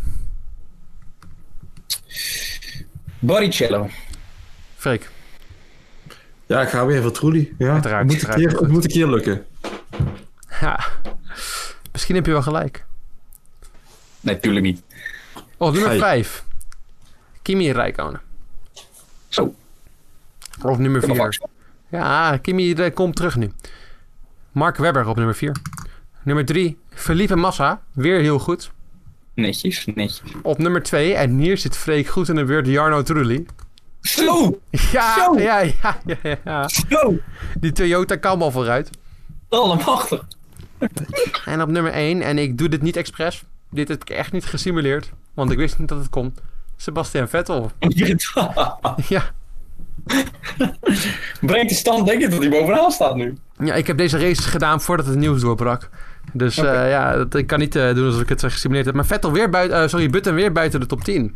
Barrichello. Freek. Ja, ik ga weer voor Trulli. Ja, Uiteraard, het moet een keer lukken. Ja, misschien heb je wel gelijk. Nee, tuurlijk niet. Nummer 5. Kimi Räikkönen. Zo. Of nummer 4. Ja, Kimi komt terug nu. Mark Webber op nummer 4. Nummer 3, Felipe Massa. Weer heel goed. Netjes. Op nummer 2, en hier zit Freek goed in de beurt, Jarno Trulli. Zo! Ja. Zo! Die Toyota kan al vooruit. Allemachtig. En op nummer 1, en ik doe dit niet expres. Dit heb ik echt niet gesimuleerd. Want ik wist niet dat het kon. Sebastian Vettel. Ja. Brengt de stand, denk ik, dat hij bovenaan staat nu. Ja, ik heb deze races gedaan voordat het nieuws doorbrak. Dus ik kan niet doen alsof ik het gesimuleerd heb. Maar Vettel weer Button weer buiten de top 10.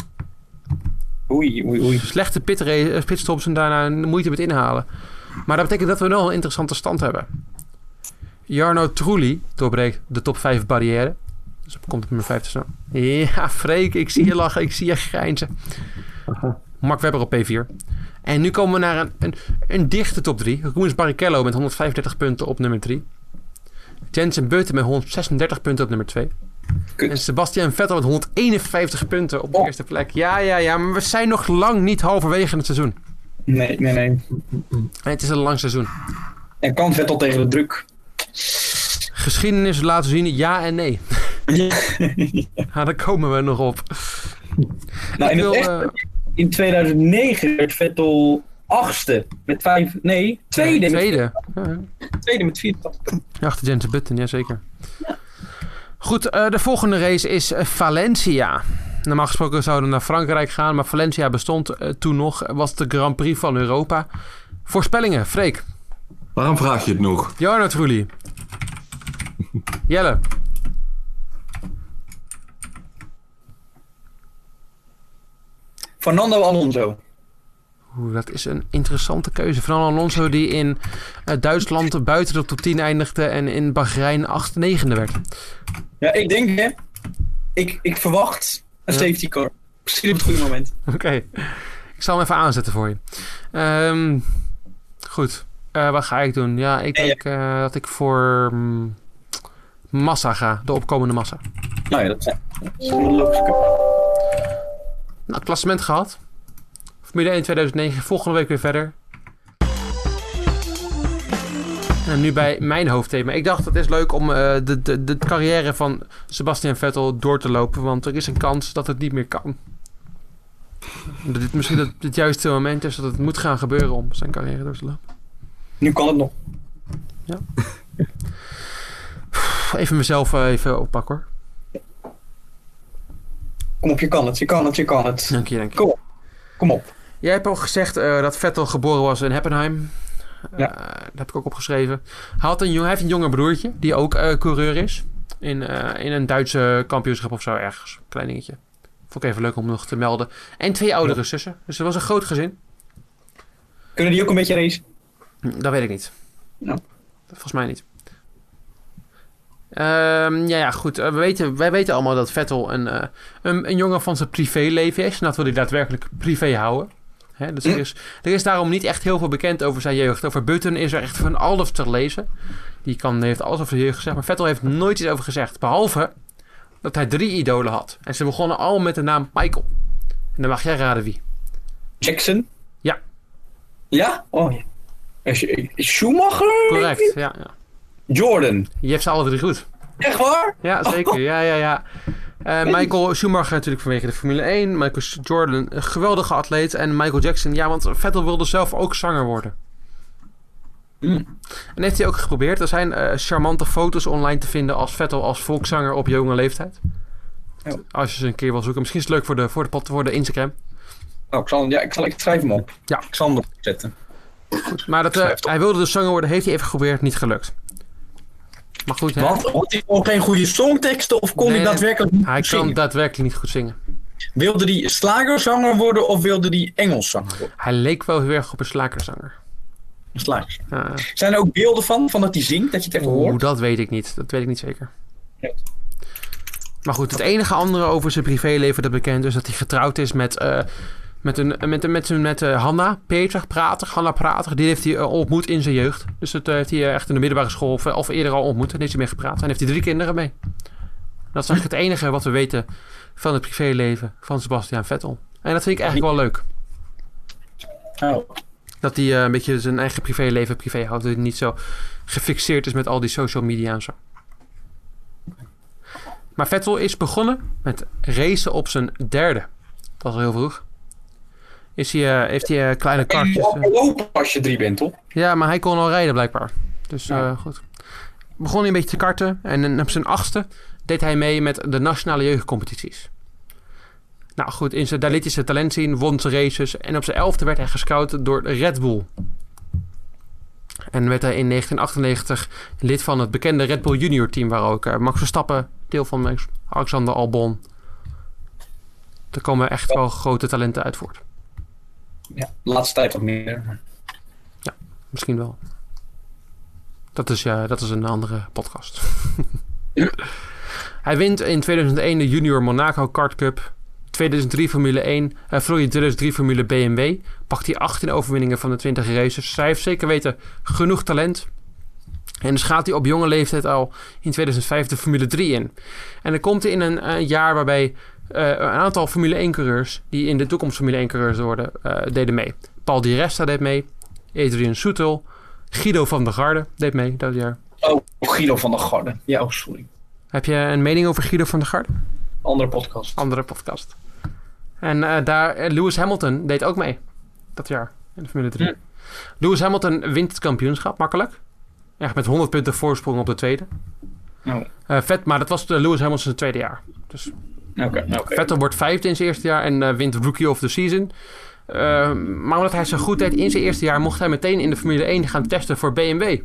Oei. Slechte pitstops en daarna moeite met inhalen. Maar dat betekent dat we nog een interessante stand hebben. Jarno Trulli doorbreekt de top 5 barrière. Dus op komt op nummer 5 te staan. Ja, Freek, ik zie je lachen, ik zie je grijnzen. Mark Webber op P4. En nu komen we naar een dichte top 3. Rubens Barrichello met 135 punten op nummer 3. Jensen Button met 136 punten op nummer 2. Kut. En Sebastian Vettel met 151 punten op de eerste plek. Ja, maar we zijn nog lang niet halverwege het seizoen. Nee. En het is een lang seizoen. En kan Vettel tegen de druk? Geschiedenis laten zien ja en nee. Ja, daar komen we nog op. Nou, in 2009 werd Vettel 8e met 5... Nee, tweede. Tweede met 84 punten. Achter Jensen Button, jazeker. Ja. Goed, de volgende race is Valencia. Normaal gesproken zouden we naar Frankrijk gaan, maar Valencia bestond toen nog. Was de Grand Prix van Europa. Voorspellingen, Freek. Waarom vraag je het nog? Jarno Trulli. Jelle. Fernando Alonso. Dat is een interessante keuze. Fernando Alonso die in Duitsland buiten de top 10 eindigde en in Bahrein 8e-9e werd. Ja, ik denk ik verwacht een safety car. Precies op het goede moment. Oké. Ik zal hem even aanzetten voor je. Goed. Wat ga ik doen? Ja, ik denk dat ik voor Massa ga. De opkomende Massa. Nou ja, dat is een logische keuze. Nou, klassement gehad. Formule 1 2009. Volgende week weer verder. En nu bij mijn hoofdthema. Ik dacht, het is leuk om de carrière van Sebastian Vettel door te lopen. Want er is een kans dat het niet meer kan. Dat dit misschien het juiste moment is dat het moet gaan gebeuren om zijn carrière door te lopen. Nu kan het nog. Ja. Even mezelf even oppakken hoor. Kom op, je kan het. Dank je. Kom op. Jij hebt al gezegd dat Vettel geboren was in Heppenheim. Ja. Dat heb ik ook opgeschreven. Hij heeft een jonger broertje die ook coureur is. In een Duitse kampioenschap of zo ergens. Klein dingetje. Vond ik even leuk om nog te melden. En 2 oudere zussen. Dus het was een groot gezin. Kunnen die ook een beetje racen? Dat weet ik niet. Nou. Volgens mij niet. Goed. Wij weten allemaal dat Vettel een jongen van zijn privéleven is. En dat wil hij daadwerkelijk privé houden. Hè, dus er is daarom niet echt heel veel bekend over zijn jeugd. Over Button is er echt van alles te lezen. Heeft alles over de jeugd gezegd. Maar Vettel heeft nooit iets over gezegd. Behalve dat hij 3 idolen had. En ze begonnen al met de naam Michael. En dan mag jij raden wie. Jackson? Ja. Ja? Oh ja. Schumacher? Correct, ja. Jordan? Je hebt ze alle 3 goed. Echt waar? Ja, zeker. Ja. Michael Schumacher natuurlijk vanwege de Formule 1. Michael Jordan, een geweldige atleet. En Michael Jackson, ja, want Vettel wilde zelf ook zanger worden. En heeft hij ook geprobeerd. Er zijn charmante foto's online te vinden als Vettel als volkszanger op jonge leeftijd. Ja. Als je ze een keer wil zoeken. Misschien is het leuk voor de Instagram. Oh, ik schrijf hem op. Ja. Ik zal hem erop zetten. Goed, maar hij wilde dus zanger worden. Heeft hij even geprobeerd. Niet gelukt. Maar goed, want had hij gewoon geen goede songteksten of kon hij daadwerkelijk niet hij zingen? Kan daadwerkelijk niet goed zingen. Wilde hij slagerzanger worden of wilde hij Engelszanger worden? Hij leek wel heel erg op een slagerzanger. Een slagerzanger. Zijn er ook beelden van dat hij zingt, dat je het even hoort? Dat weet ik niet. Dat weet ik niet zeker. Ja. Maar goed, het enige andere over zijn privéleven dat bekend is dat hij getrouwd is met Hanna Prater. Hanna Prater, die heeft hij ontmoet in zijn jeugd. Dus dat heeft hij echt in de middelbare school of eerder al ontmoet. En heeft hij mee gepraat. En heeft hij 3 kinderen mee. Dat is eigenlijk het enige wat we weten van het privéleven van Sebastian Vettel. En dat vind ik eigenlijk wel leuk. Oh. Dat hij een beetje zijn eigen privéleven privé houdt. Dat hij niet zo gefixeerd is met al die social media en zo. Maar Vettel is begonnen met racen op zijn 3e. Dat was al heel vroeg. Heeft hij kleine kartjes. Je kan lopen als je 3 bent, toch? Ja, maar hij kon al rijden blijkbaar. Dus goed. Begon hij een beetje te karten. En op zijn 8e deed hij mee met de nationale jeugdcompetities. Nou goed, daar liet hij zijn talent zien. Won zijn races. En op zijn 11e werd hij gescout door Red Bull. En werd hij in 1998 lid van het bekende Red Bull Junior team. Waar ook Max Verstappen, deel van Alexander Albon. Er komen echt wel grote talenten uit voort. Ja, de laatste tijd wat meer. Ja, misschien wel. Dat is een andere podcast. Hij wint in 2001 de Junior Monaco Kart Cup. 2003 Formule 1. 2003 Formule BMW. Pakt hij 18 overwinningen van de 20 races. Hij heeft zeker weten genoeg talent. En dus gaat hij op jonge leeftijd al in 2005 de Formule 3 in. En dan komt hij in een jaar waarbij een aantal Formule 1 coureurs die in de toekomst Formule 1 coureurs worden, deden mee. Paul Di Resta deed mee. Adrian Sutil. Guido van der Garde deed mee dat jaar. Oh, Guido van der Garde. Ja, sorry. Heb je een mening over Guido van der Garde? Andere podcast. En Lewis Hamilton deed ook mee. Dat jaar. In de Formule 3. Lewis Hamilton wint het kampioenschap makkelijk. Echt met 100 punten voorsprong op de 2e. Maar dat was Lewis Hamilton's 2e jaar. Dus Vettel wordt 5e in zijn eerste jaar en wint Rookie of the Season. Maar omdat hij zo goed deed in zijn eerste jaar, mocht hij meteen in de Formule 1 gaan testen voor BMW.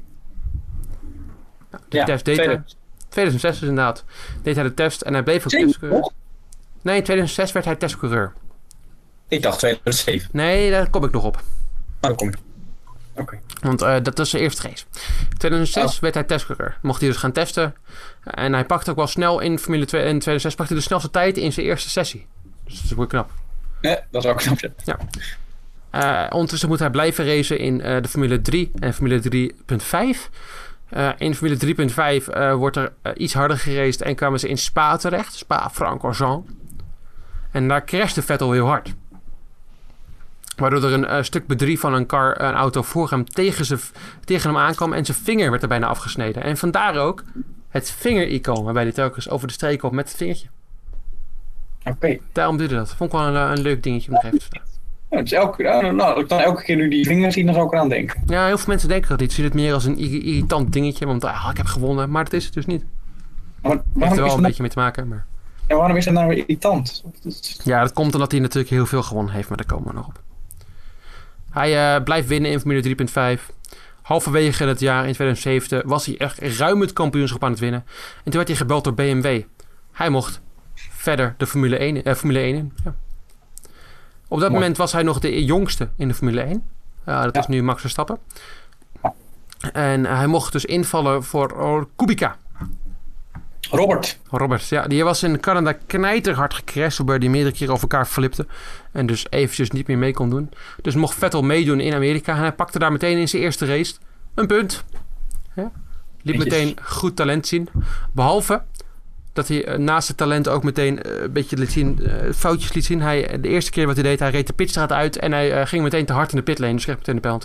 Test deed hij. 2006 dus inderdaad. Deed hij de test en hij bleef ook testcoureur. Nee, in 2006 werd hij testcoureur. Ik dacht 2007. Nee, daar kom ik nog op. Daar kom ik. Oké. Want dat was zijn eerste race. In 2006 werd hij testcoureur. Mocht hij dus gaan testen. En hij pakte ook wel snel in Formule 2. In 2006 pakte hij de snelste tijd in zijn eerste sessie. Dus dat is ook knap. Ja, dat is ook knap. Ja. Ondertussen moet hij blijven racen in de Formule 3 en Formule 3.5. In Formule 3.5 wordt er iets harder geraced en kwamen ze in Spa terecht. Spa-Francorchamps. En daar crashte Vettel heel hard. Waardoor er een stuk bedrie van een auto voor hem tegen hem aankwam en zijn vinger werd er bijna afgesneden. En vandaar ook het vinger-icoon, waarbij hij telkens over de streep komt met het vingertje. Oké. Daarom doe je dat. Vond ik wel een leuk dingetje om nog even te vertellen. Ja, dus ik kan elke keer nu die vingers zien, dan zou ik eraan denken. Ja, heel veel mensen denken dat niet. Ze zien het meer als een irritant dingetje, want ik heb gewonnen, maar dat is het dus niet. Maar heeft er wel een beetje mee te maken, maar... Ja, waarom is het nou weer irritant? Ja, dat komt omdat hij natuurlijk heel veel gewonnen heeft, maar daar komen we nog op. Hij blijft winnen in Formule 3.5. Halverwege het jaar in 2007 was hij echt ruim het kampioenschap aan het winnen. En toen werd hij gebeld door BMW. Hij mocht verder de Formule 1 in. Ja. Op dat moment was hij nog de jongste in de Formule 1. Dat is nu Max Verstappen. En hij mocht dus invallen voor Kubica. Robert, ja. Die was in Canada knijterhard gecrashed, waarbij hij meerdere keren over elkaar flipte. En dus eventjes niet meer mee kon doen. Dus mocht Vettel meedoen in Amerika. En hij pakte daar meteen in zijn eerste race een punt. Ja. Liet meteen goed talent zien. Behalve dat hij naast het talent ook meteen een beetje foutjes liet zien. De eerste keer wat hij deed, hij reed de pitstraat uit. En hij ging meteen te hard in de pitlane. Dus kreeg meteen de penalty.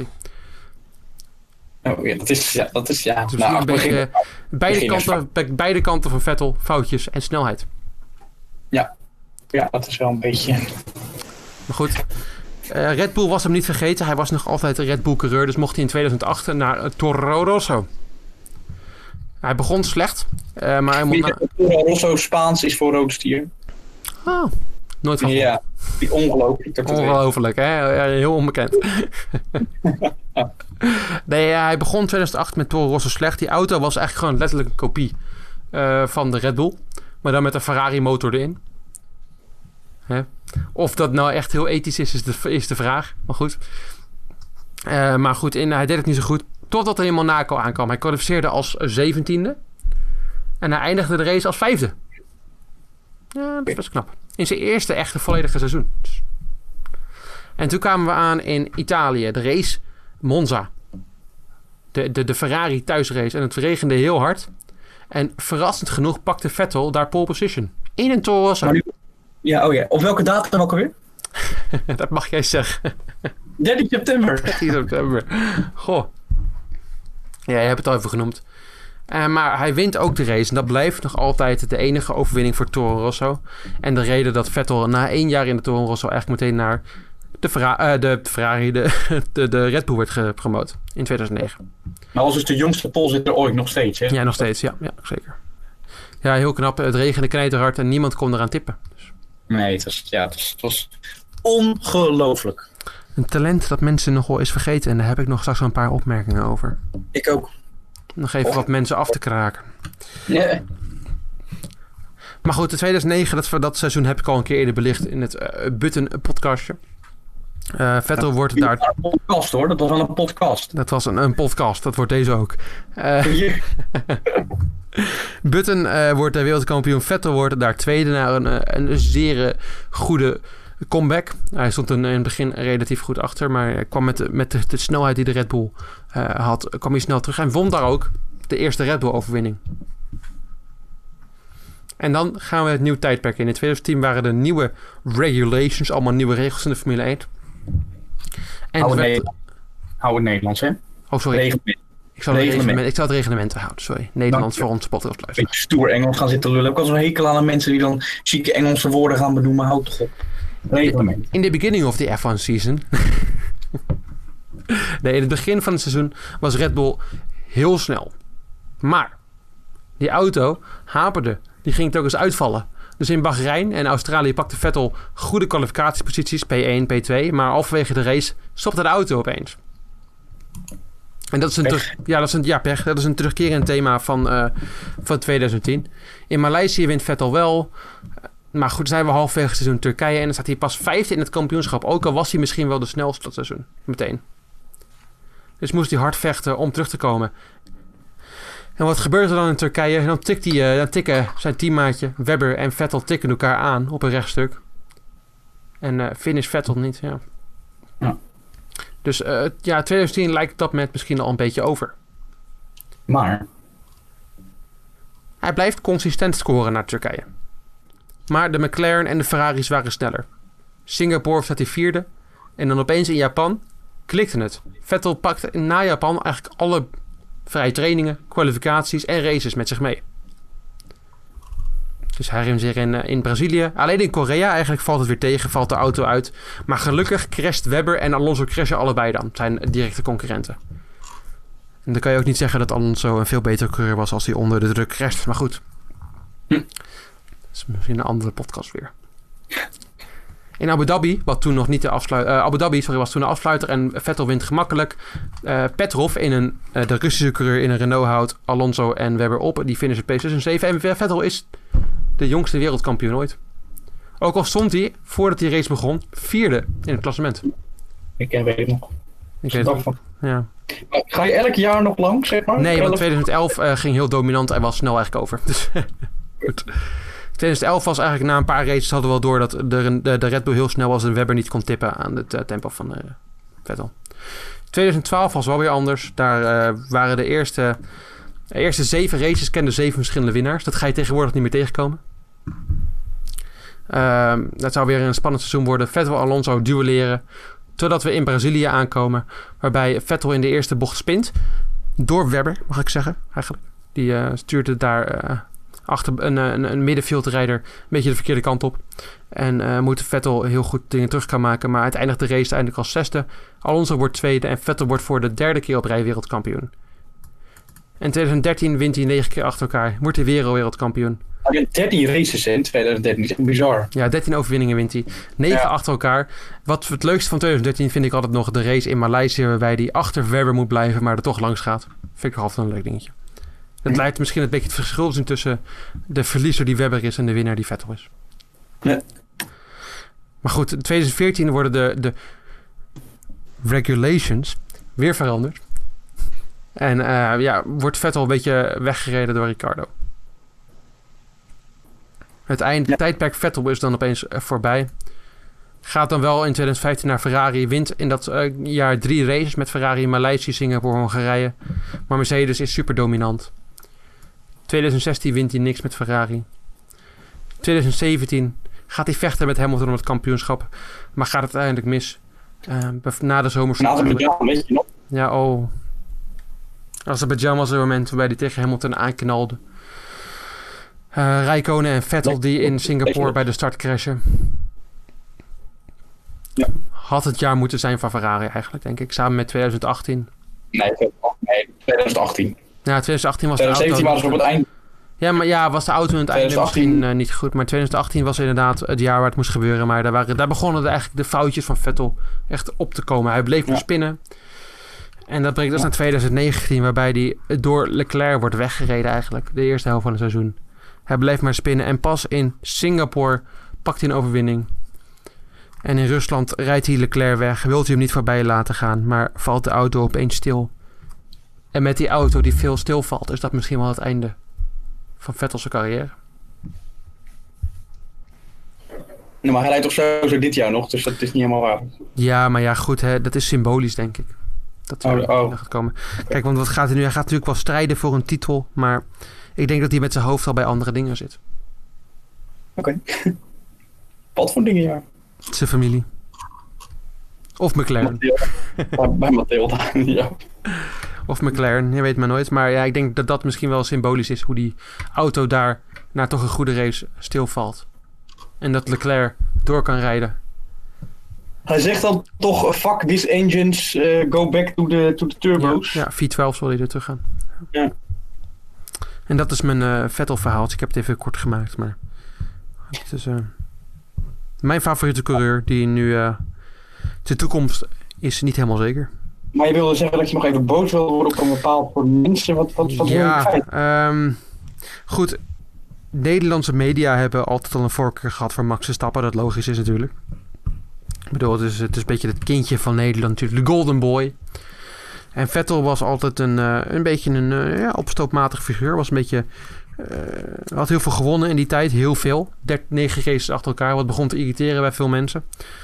Oh ja, dat is ja. Dus een beetje beide kanten van Vettel, foutjes en snelheid. Ja, dat is wel een beetje. Maar goed, Red Bull was hem niet vergeten. Hij was nog altijd een Red Bull coureur. Dus mocht hij in 2008 naar Toro Rosso. Hij begon slecht. Maar hij moet Toro Rosso Spaans is voor rood stier. Oh, nooit van. Ja, ongelooflijk. Ongelooflijk, hè? Ja, heel onbekend. Nee, hij begon 2008 met Toro Rosso slecht. Die auto was eigenlijk gewoon letterlijk een kopie van de Red Bull. Maar dan met een Ferrari motor erin. Hè? Of dat nou echt heel ethisch is de vraag. Maar goed. Hij deed het niet zo goed. Totdat er in Monaco aankwam. Hij kwalificeerde als 17e. En hij eindigde de race als 5e. Ja, dat is best knap. In zijn eerste echte volledige seizoen. En toen kwamen we aan in Italië. De race Monza. De Ferrari thuisrace. En het regende heel hard. En verrassend genoeg pakte Vettel daar pole position. In een Toro Rosso. Ja. Op welke datum ook alweer? Dat mag jij zeggen. 13 september. 13 september. Goh. Ja, je hebt het al even genoemd. Maar hij wint ook de race. En dat blijft nog altijd de enige overwinning voor Toro Rosso. En de reden dat Vettel na 1 jaar in de Toro Rosso eigenlijk meteen naar de Red Bull werd gepromoot in 2009. Maar als dus de jongste polzitter ooit nog steeds, hè? Ja, nog steeds. Ja, zeker. Ja, heel knap. Het regende knijterhard en niemand kon eraan tippen. Dus. Nee, het was ongelooflijk. Een talent dat mensen nogal is vergeten. En daar heb ik nog straks een paar opmerkingen over. Ik ook. Nog even wat mensen af te kraken. Ja. Maar goed, in 2009, dat seizoen heb ik al een keer eerder belicht in het Button podcastje. Vettel wordt daar... Een podcast hoor, dat was al een podcast. Dat was een podcast, dat wordt deze ook. Button wordt wereldkampioen. Vettel wordt daar tweede na een zeer goede comeback. Hij stond in het begin relatief goed achter, maar hij kwam met de snelheid die de Red Bull had, kwam hij snel terug en won daar ook de eerste Red Bull overwinning. En dan gaan we het nieuwe tijdperk in. In 2010 waren er nieuwe regulations, allemaal nieuwe regels in de Formule 1. En hou het Nederlands, hè? Oh, sorry. Ik zal het reglement houden, sorry. Nederlands voor onze podcast luisteren. Beetje stoer Engels gaan zitten lullen. Ik was een hekel aan mensen die dan chique Engelse woorden gaan benoemen. Houd toch op. Reglement. In the beginning of the F1 season. Nee, in het begin van het seizoen was Red Bull heel snel. Maar die auto haperde. Die ging telkens uitvallen. Dus in Bahrein en Australië pakte Vettel goede kwalificatieposities. P1, P2. Maar halverwege de race stopte de auto opeens. En dat is pech. Dat is een terugkerend thema van 2010. In Maleisië wint Vettel wel. Maar goed, zijn we halverwege het seizoen Turkije. En dan staat hij pas 5e in het kampioenschap. Ook al was hij misschien wel de snelste dat seizoen. Meteen. Dus moest hij hard vechten om terug te komen. En wat gebeurt er dan in Turkije? Dan tikken zijn teammaatje Webber en Vettel tikken elkaar aan op een rechtstuk. En finish Vettel niet, ja. Dus 2010 lijkt dat met misschien al een beetje over. Maar hij blijft consistent scoren naar Turkije. Maar de McLaren en de Ferraris waren sneller. Singapore staat hij 4e. En dan opeens in Japan klikte het. Vettel pakte na Japan eigenlijk alle vrije trainingen, kwalificaties en races met zich mee. Dus hij remt zich in Brazilië. Alleen in Korea eigenlijk valt het weer tegen, valt de auto uit. Maar gelukkig crasht Webber en Alonso crashen allebei dan. Het zijn directe concurrenten. En dan kan je ook niet zeggen dat Alonso een veel betere coureur was als hij onder de druk crasht. Maar goed. Dat is misschien een andere podcast weer. In Abu Dhabi, wat toen nog niet de afsluiter... was toen de afsluiter en Vettel wint gemakkelijk. Petrov, de Russische coureur in een Renault houdt Alonso en Webber op. Die finishen P6 en 7. En Vettel is de jongste wereldkampioen ooit. Ook al stond hij, voordat die race begon, 4e in het klassement. Ik weet het nog. Ik weet het nog. Ja. Ga je elk jaar nog lang, zeg maar? Nee, want 2011 ging heel dominant en was snel eigenlijk over. Dus goed. 2011 was eigenlijk na een paar races hadden we wel door dat de Red Bull heel snel was en Webber niet kon tippen aan het tempo van Vettel. 2012 was wel weer anders. Daar waren de eerste 7 races kenden 7 verschillende winnaars. Dat ga je tegenwoordig niet meer tegenkomen. Dat zou weer een spannend seizoen worden. Vettel Alonso duelleren. Totdat we in Brazilië aankomen. Waarbij Vettel in de eerste bocht spint. Door Webber, mag ik zeggen, eigenlijk. Die stuurde daar achter een middenveldrijder een beetje de verkeerde kant op. En moet Vettel heel goed dingen terug gaan maken. Maar uiteindelijk de race eindelijk als 6e. Alonso wordt 2e en Vettel wordt voor de 3e keer op rij wereldkampioen. En 2013 wint hij 9 keer achter elkaar. Wordt hij weer wereldkampioen. 13 races in 2013, is echt bizar. Ja, 13 overwinningen wint hij. 9 achter elkaar. Wat het leukste van 2013 vind ik altijd nog de race in Maleisië, waarbij hij achter Webber moet blijven, maar er toch langs gaat. Vind ik altijd een leuk dingetje. Dat leidt misschien een beetje het verschil zien tussen de verliezer die Webber is en de winnaar die Vettel is. Ja. Maar goed, in 2014 worden de regulations weer veranderd. En wordt Vettel een beetje weggereden door Ricciardo. Het tijdperk Vettel is dan opeens voorbij. Gaat dan wel in 2015 naar Ferrari. Wint in dat jaar 3 races met Ferrari, Maleisië, Singapore, Hongarije. Maar Mercedes is super dominant. 2016 wint hij niks met Ferrari. 2017 gaat hij vechten met Hamilton om het kampioenschap. Maar gaat het uiteindelijk mis. Na de zomer. weet je nog? Ja, oh. Azerbeidzjan was een moment waarbij hij tegen Hamilton aanknalde. Räikkönen en Vettel die in Singapore bij de start crashen. Ja. Had het jaar moeten zijn van Ferrari eigenlijk, denk ik. Samen met 2018. Nee, 2018. Ja, 2018 was 2017 de auto... was het op het eind. Ja, maar ja, was de auto aan het einde 2018... misschien niet goed. Maar 2018 was inderdaad het jaar waar het moest gebeuren. Maar daar begonnen eigenlijk de foutjes van Vettel echt op te komen. Hij bleef maar spinnen. En dat brengt dus naar 2019, waarbij hij door Leclerc wordt weggereden eigenlijk. De eerste helft van het seizoen. Hij bleef maar spinnen. En pas in Singapore pakt hij een overwinning. En in Rusland rijdt hij Leclerc weg. Wilt hij hem niet voorbij laten gaan. Maar valt de auto opeens stil. En met die auto die veel stilvalt, is dat misschien wel het einde van Vettel's carrière. Nou, maar hij rijdt toch sowieso dit jaar nog, dus dat is niet helemaal waar. Ja, maar ja, goed, dat is symbolisch, denk ik. Dat gaat komen. Kijk, want wat gaat hij nu? Hij gaat natuurlijk wel strijden voor een titel, maar ik denk dat hij met zijn hoofd al bij andere dingen zit. Oké. Wat voor dingen, ja? Zijn familie. Of McLaren. Bij Mathilda, ja. Of McLaren, je weet maar nooit. Maar ja, ik denk dat dat misschien wel symbolisch is hoe die auto daar na toch een goede race stilvalt. En dat Leclerc door kan rijden. Hij zegt dan toch, fuck these engines, go back to the turbos. Ja, V12 zal hij er terug gaan. Ja. En dat is mijn Vettel verhaal. Dus ik heb het even kort gemaakt. Maar het is mijn favoriete coureur die nu de toekomst is niet helemaal zeker. Maar je wilde zeggen dat je nog even boos wil worden op een bepaald soort mensen. Wat ja, goed. Nederlandse media hebben altijd al een voorkeur gehad voor Max Verstappen. Dat logisch is natuurlijk. Ik bedoel, het is een beetje het kindje van Nederland natuurlijk. De golden boy. En Vettel was altijd een beetje een opstootmatig figuur. Was een beetje... had heel veel gewonnen in die tijd. Heel veel. 9 races achter elkaar. Wat begon te irriteren bij veel mensen.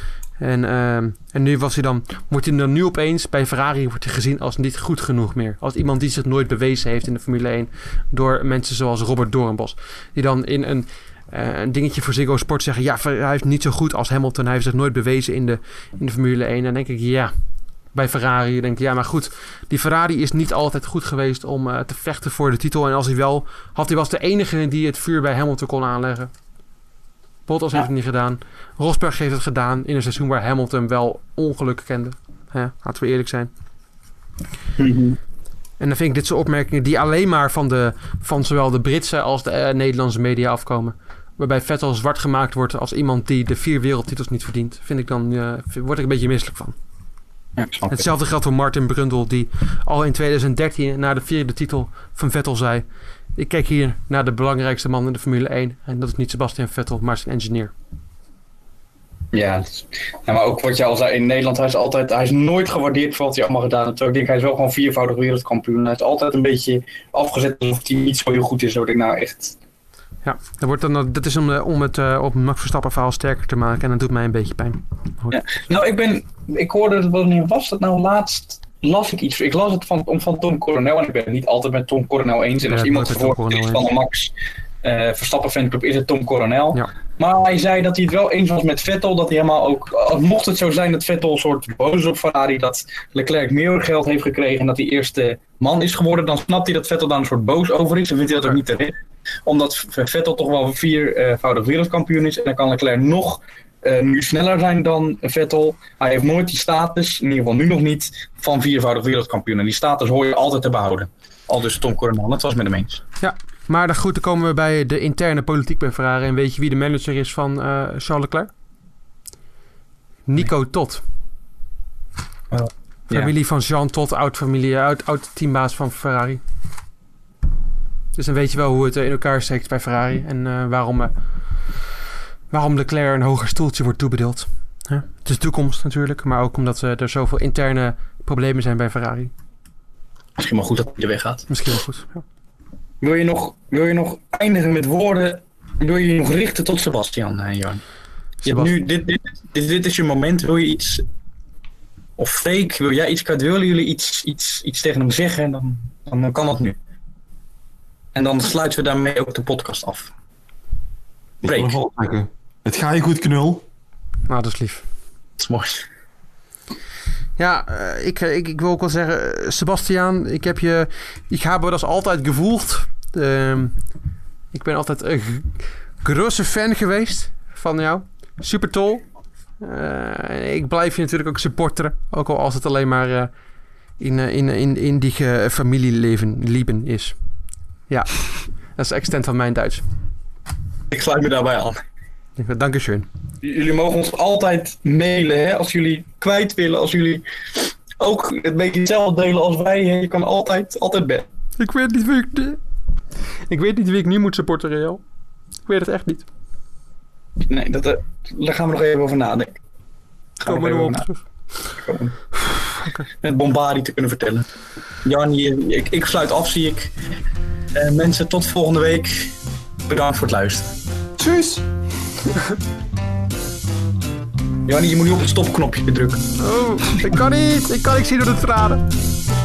En nu wordt hij dan nu opeens bij Ferrari wordt hij gezien als niet goed genoeg meer. Als iemand die zich nooit bewezen heeft in de Formule 1 door mensen zoals Robert Doornbos. Die dan in een dingetje voor Ziggo Sport zeggen, ja, hij is niet zo goed als Hamilton. Hij heeft zich nooit bewezen in de Formule 1. En dan denk ik, ja, bij Ferrari denk ik, ja, maar goed. Die Ferrari is niet altijd goed geweest om te vechten voor de titel. En als hij wel, was de enige die het vuur bij Hamilton kon aanleggen. Bottas heeft het niet gedaan. Rosberg heeft het gedaan in een seizoen waar Hamilton wel ongeluk kende. Laten we eerlijk zijn. Mm-hmm. En dan vind ik dit soort opmerkingen die alleen maar van zowel de Britse als de Nederlandse media afkomen. waarbij Vettel zwart gemaakt wordt als iemand die de 4 wereldtitels niet verdient, word ik een beetje misselijk van. Ja, Hetzelfde geldt voor Martin Brundle, die al in 2013 na de 4e titel van Vettel zei: ik kijk hier naar de belangrijkste man in de Formule 1 en dat is niet Sebastian Vettel, maar zijn engineer. Ja, maar ook wat je al zei, in Nederland, hij is nooit gewaardeerd voor wat hij allemaal gedaan heeft. Ik denk, hij is wel gewoon 4-voudig wereldkampioen. Hij is altijd een beetje afgezet alsof hij niet zo heel goed is. Ik denk, nou echt. Ja, dat is om het op Max Verstappen verhaal sterker te maken en dat doet mij een beetje pijn. Ja. Nou, ik hoorde, wanneer was dat nou laatst? Las ik iets. Ik las het van Tom Coronel en ik ben het niet altijd met Tom Coronel eens. En als iemand gehoord is van de Max Verstappen fanclub, is het Tom Coronel. Ja. Maar hij zei dat hij het wel eens was met Vettel, dat hij helemaal ook, mocht het zo zijn dat Vettel een soort boos is op Ferrari, dat Leclerc meer geld heeft gekregen en dat hij eerste man is geworden, dan snapt hij dat Vettel daar een soort boos over is en vindt hij dat ook niet terecht. Omdat Vettel toch wel 4-voudig wereldkampioen is en dan kan Leclerc nog nu sneller zijn dan Vettel. Hij heeft nooit die status, in ieder geval nu nog niet, van 4-voudig wereldkampioen. En die status hoor je altijd te behouden. Al dus Tom Coronel, dat was met hem eens. Ja, maar goed, dan komen we bij de interne politiek bij Ferrari. En weet je wie de manager is van Charles Leclerc? Nico Todt. Familie van Jean Todt, oud teambaas van Ferrari. Dus dan weet je wel hoe het in elkaar steekt bij Ferrari. En waarom Leclerc een hoger stoeltje wordt toebedeeld. Het is de toekomst natuurlijk, maar ook omdat er zoveel interne problemen zijn bij Ferrari. Misschien wel goed dat hij er weg gaat. Misschien wel goed, ja. Wil je nog eindigen met woorden? Wil je nog richten tot Sebastian, Jan? Je hebt nu, dit is je moment. Wil je iets... Of Freek, wil jij iets kwijt? Willen jullie iets tegen hem zeggen? Dan kan dat nu. En dan sluiten we daarmee ook de podcast af. Freek. Het gaat je goed, knul. Nou, dat is lief. Dat is mooi. Ja, ik wil ook wel zeggen, Sebastian, ik heb als altijd gevoeld. Ik ben altijd een grote fan geweest van jou. Super toll. Ik blijf je natuurlijk ook supporteren. Ook al als het alleen maar in die familieleven is. Ja, dat is de extent van mijn Duits. Ik sluit me daarbij aan. Dankeschön. Jullie mogen ons altijd mailen, hè? Als jullie kwijt willen, als jullie ook een beetje hetzelfde delen als wij. Hè? Je kan altijd bellen. Ik weet niet wie ik nu moet supporten, Real. Ik weet het echt niet. Nee, daar gaan we nog even over nadenken. Kom maar op terug. Met Bombardi te kunnen vertellen. Jan, ik sluit af, zie ik. Mensen, tot volgende week. Bedankt voor het luisteren. Tjus! Jannie, je moet nu op het stopknopje drukken. Oh, ik kan niet. Ik zie door de tranen.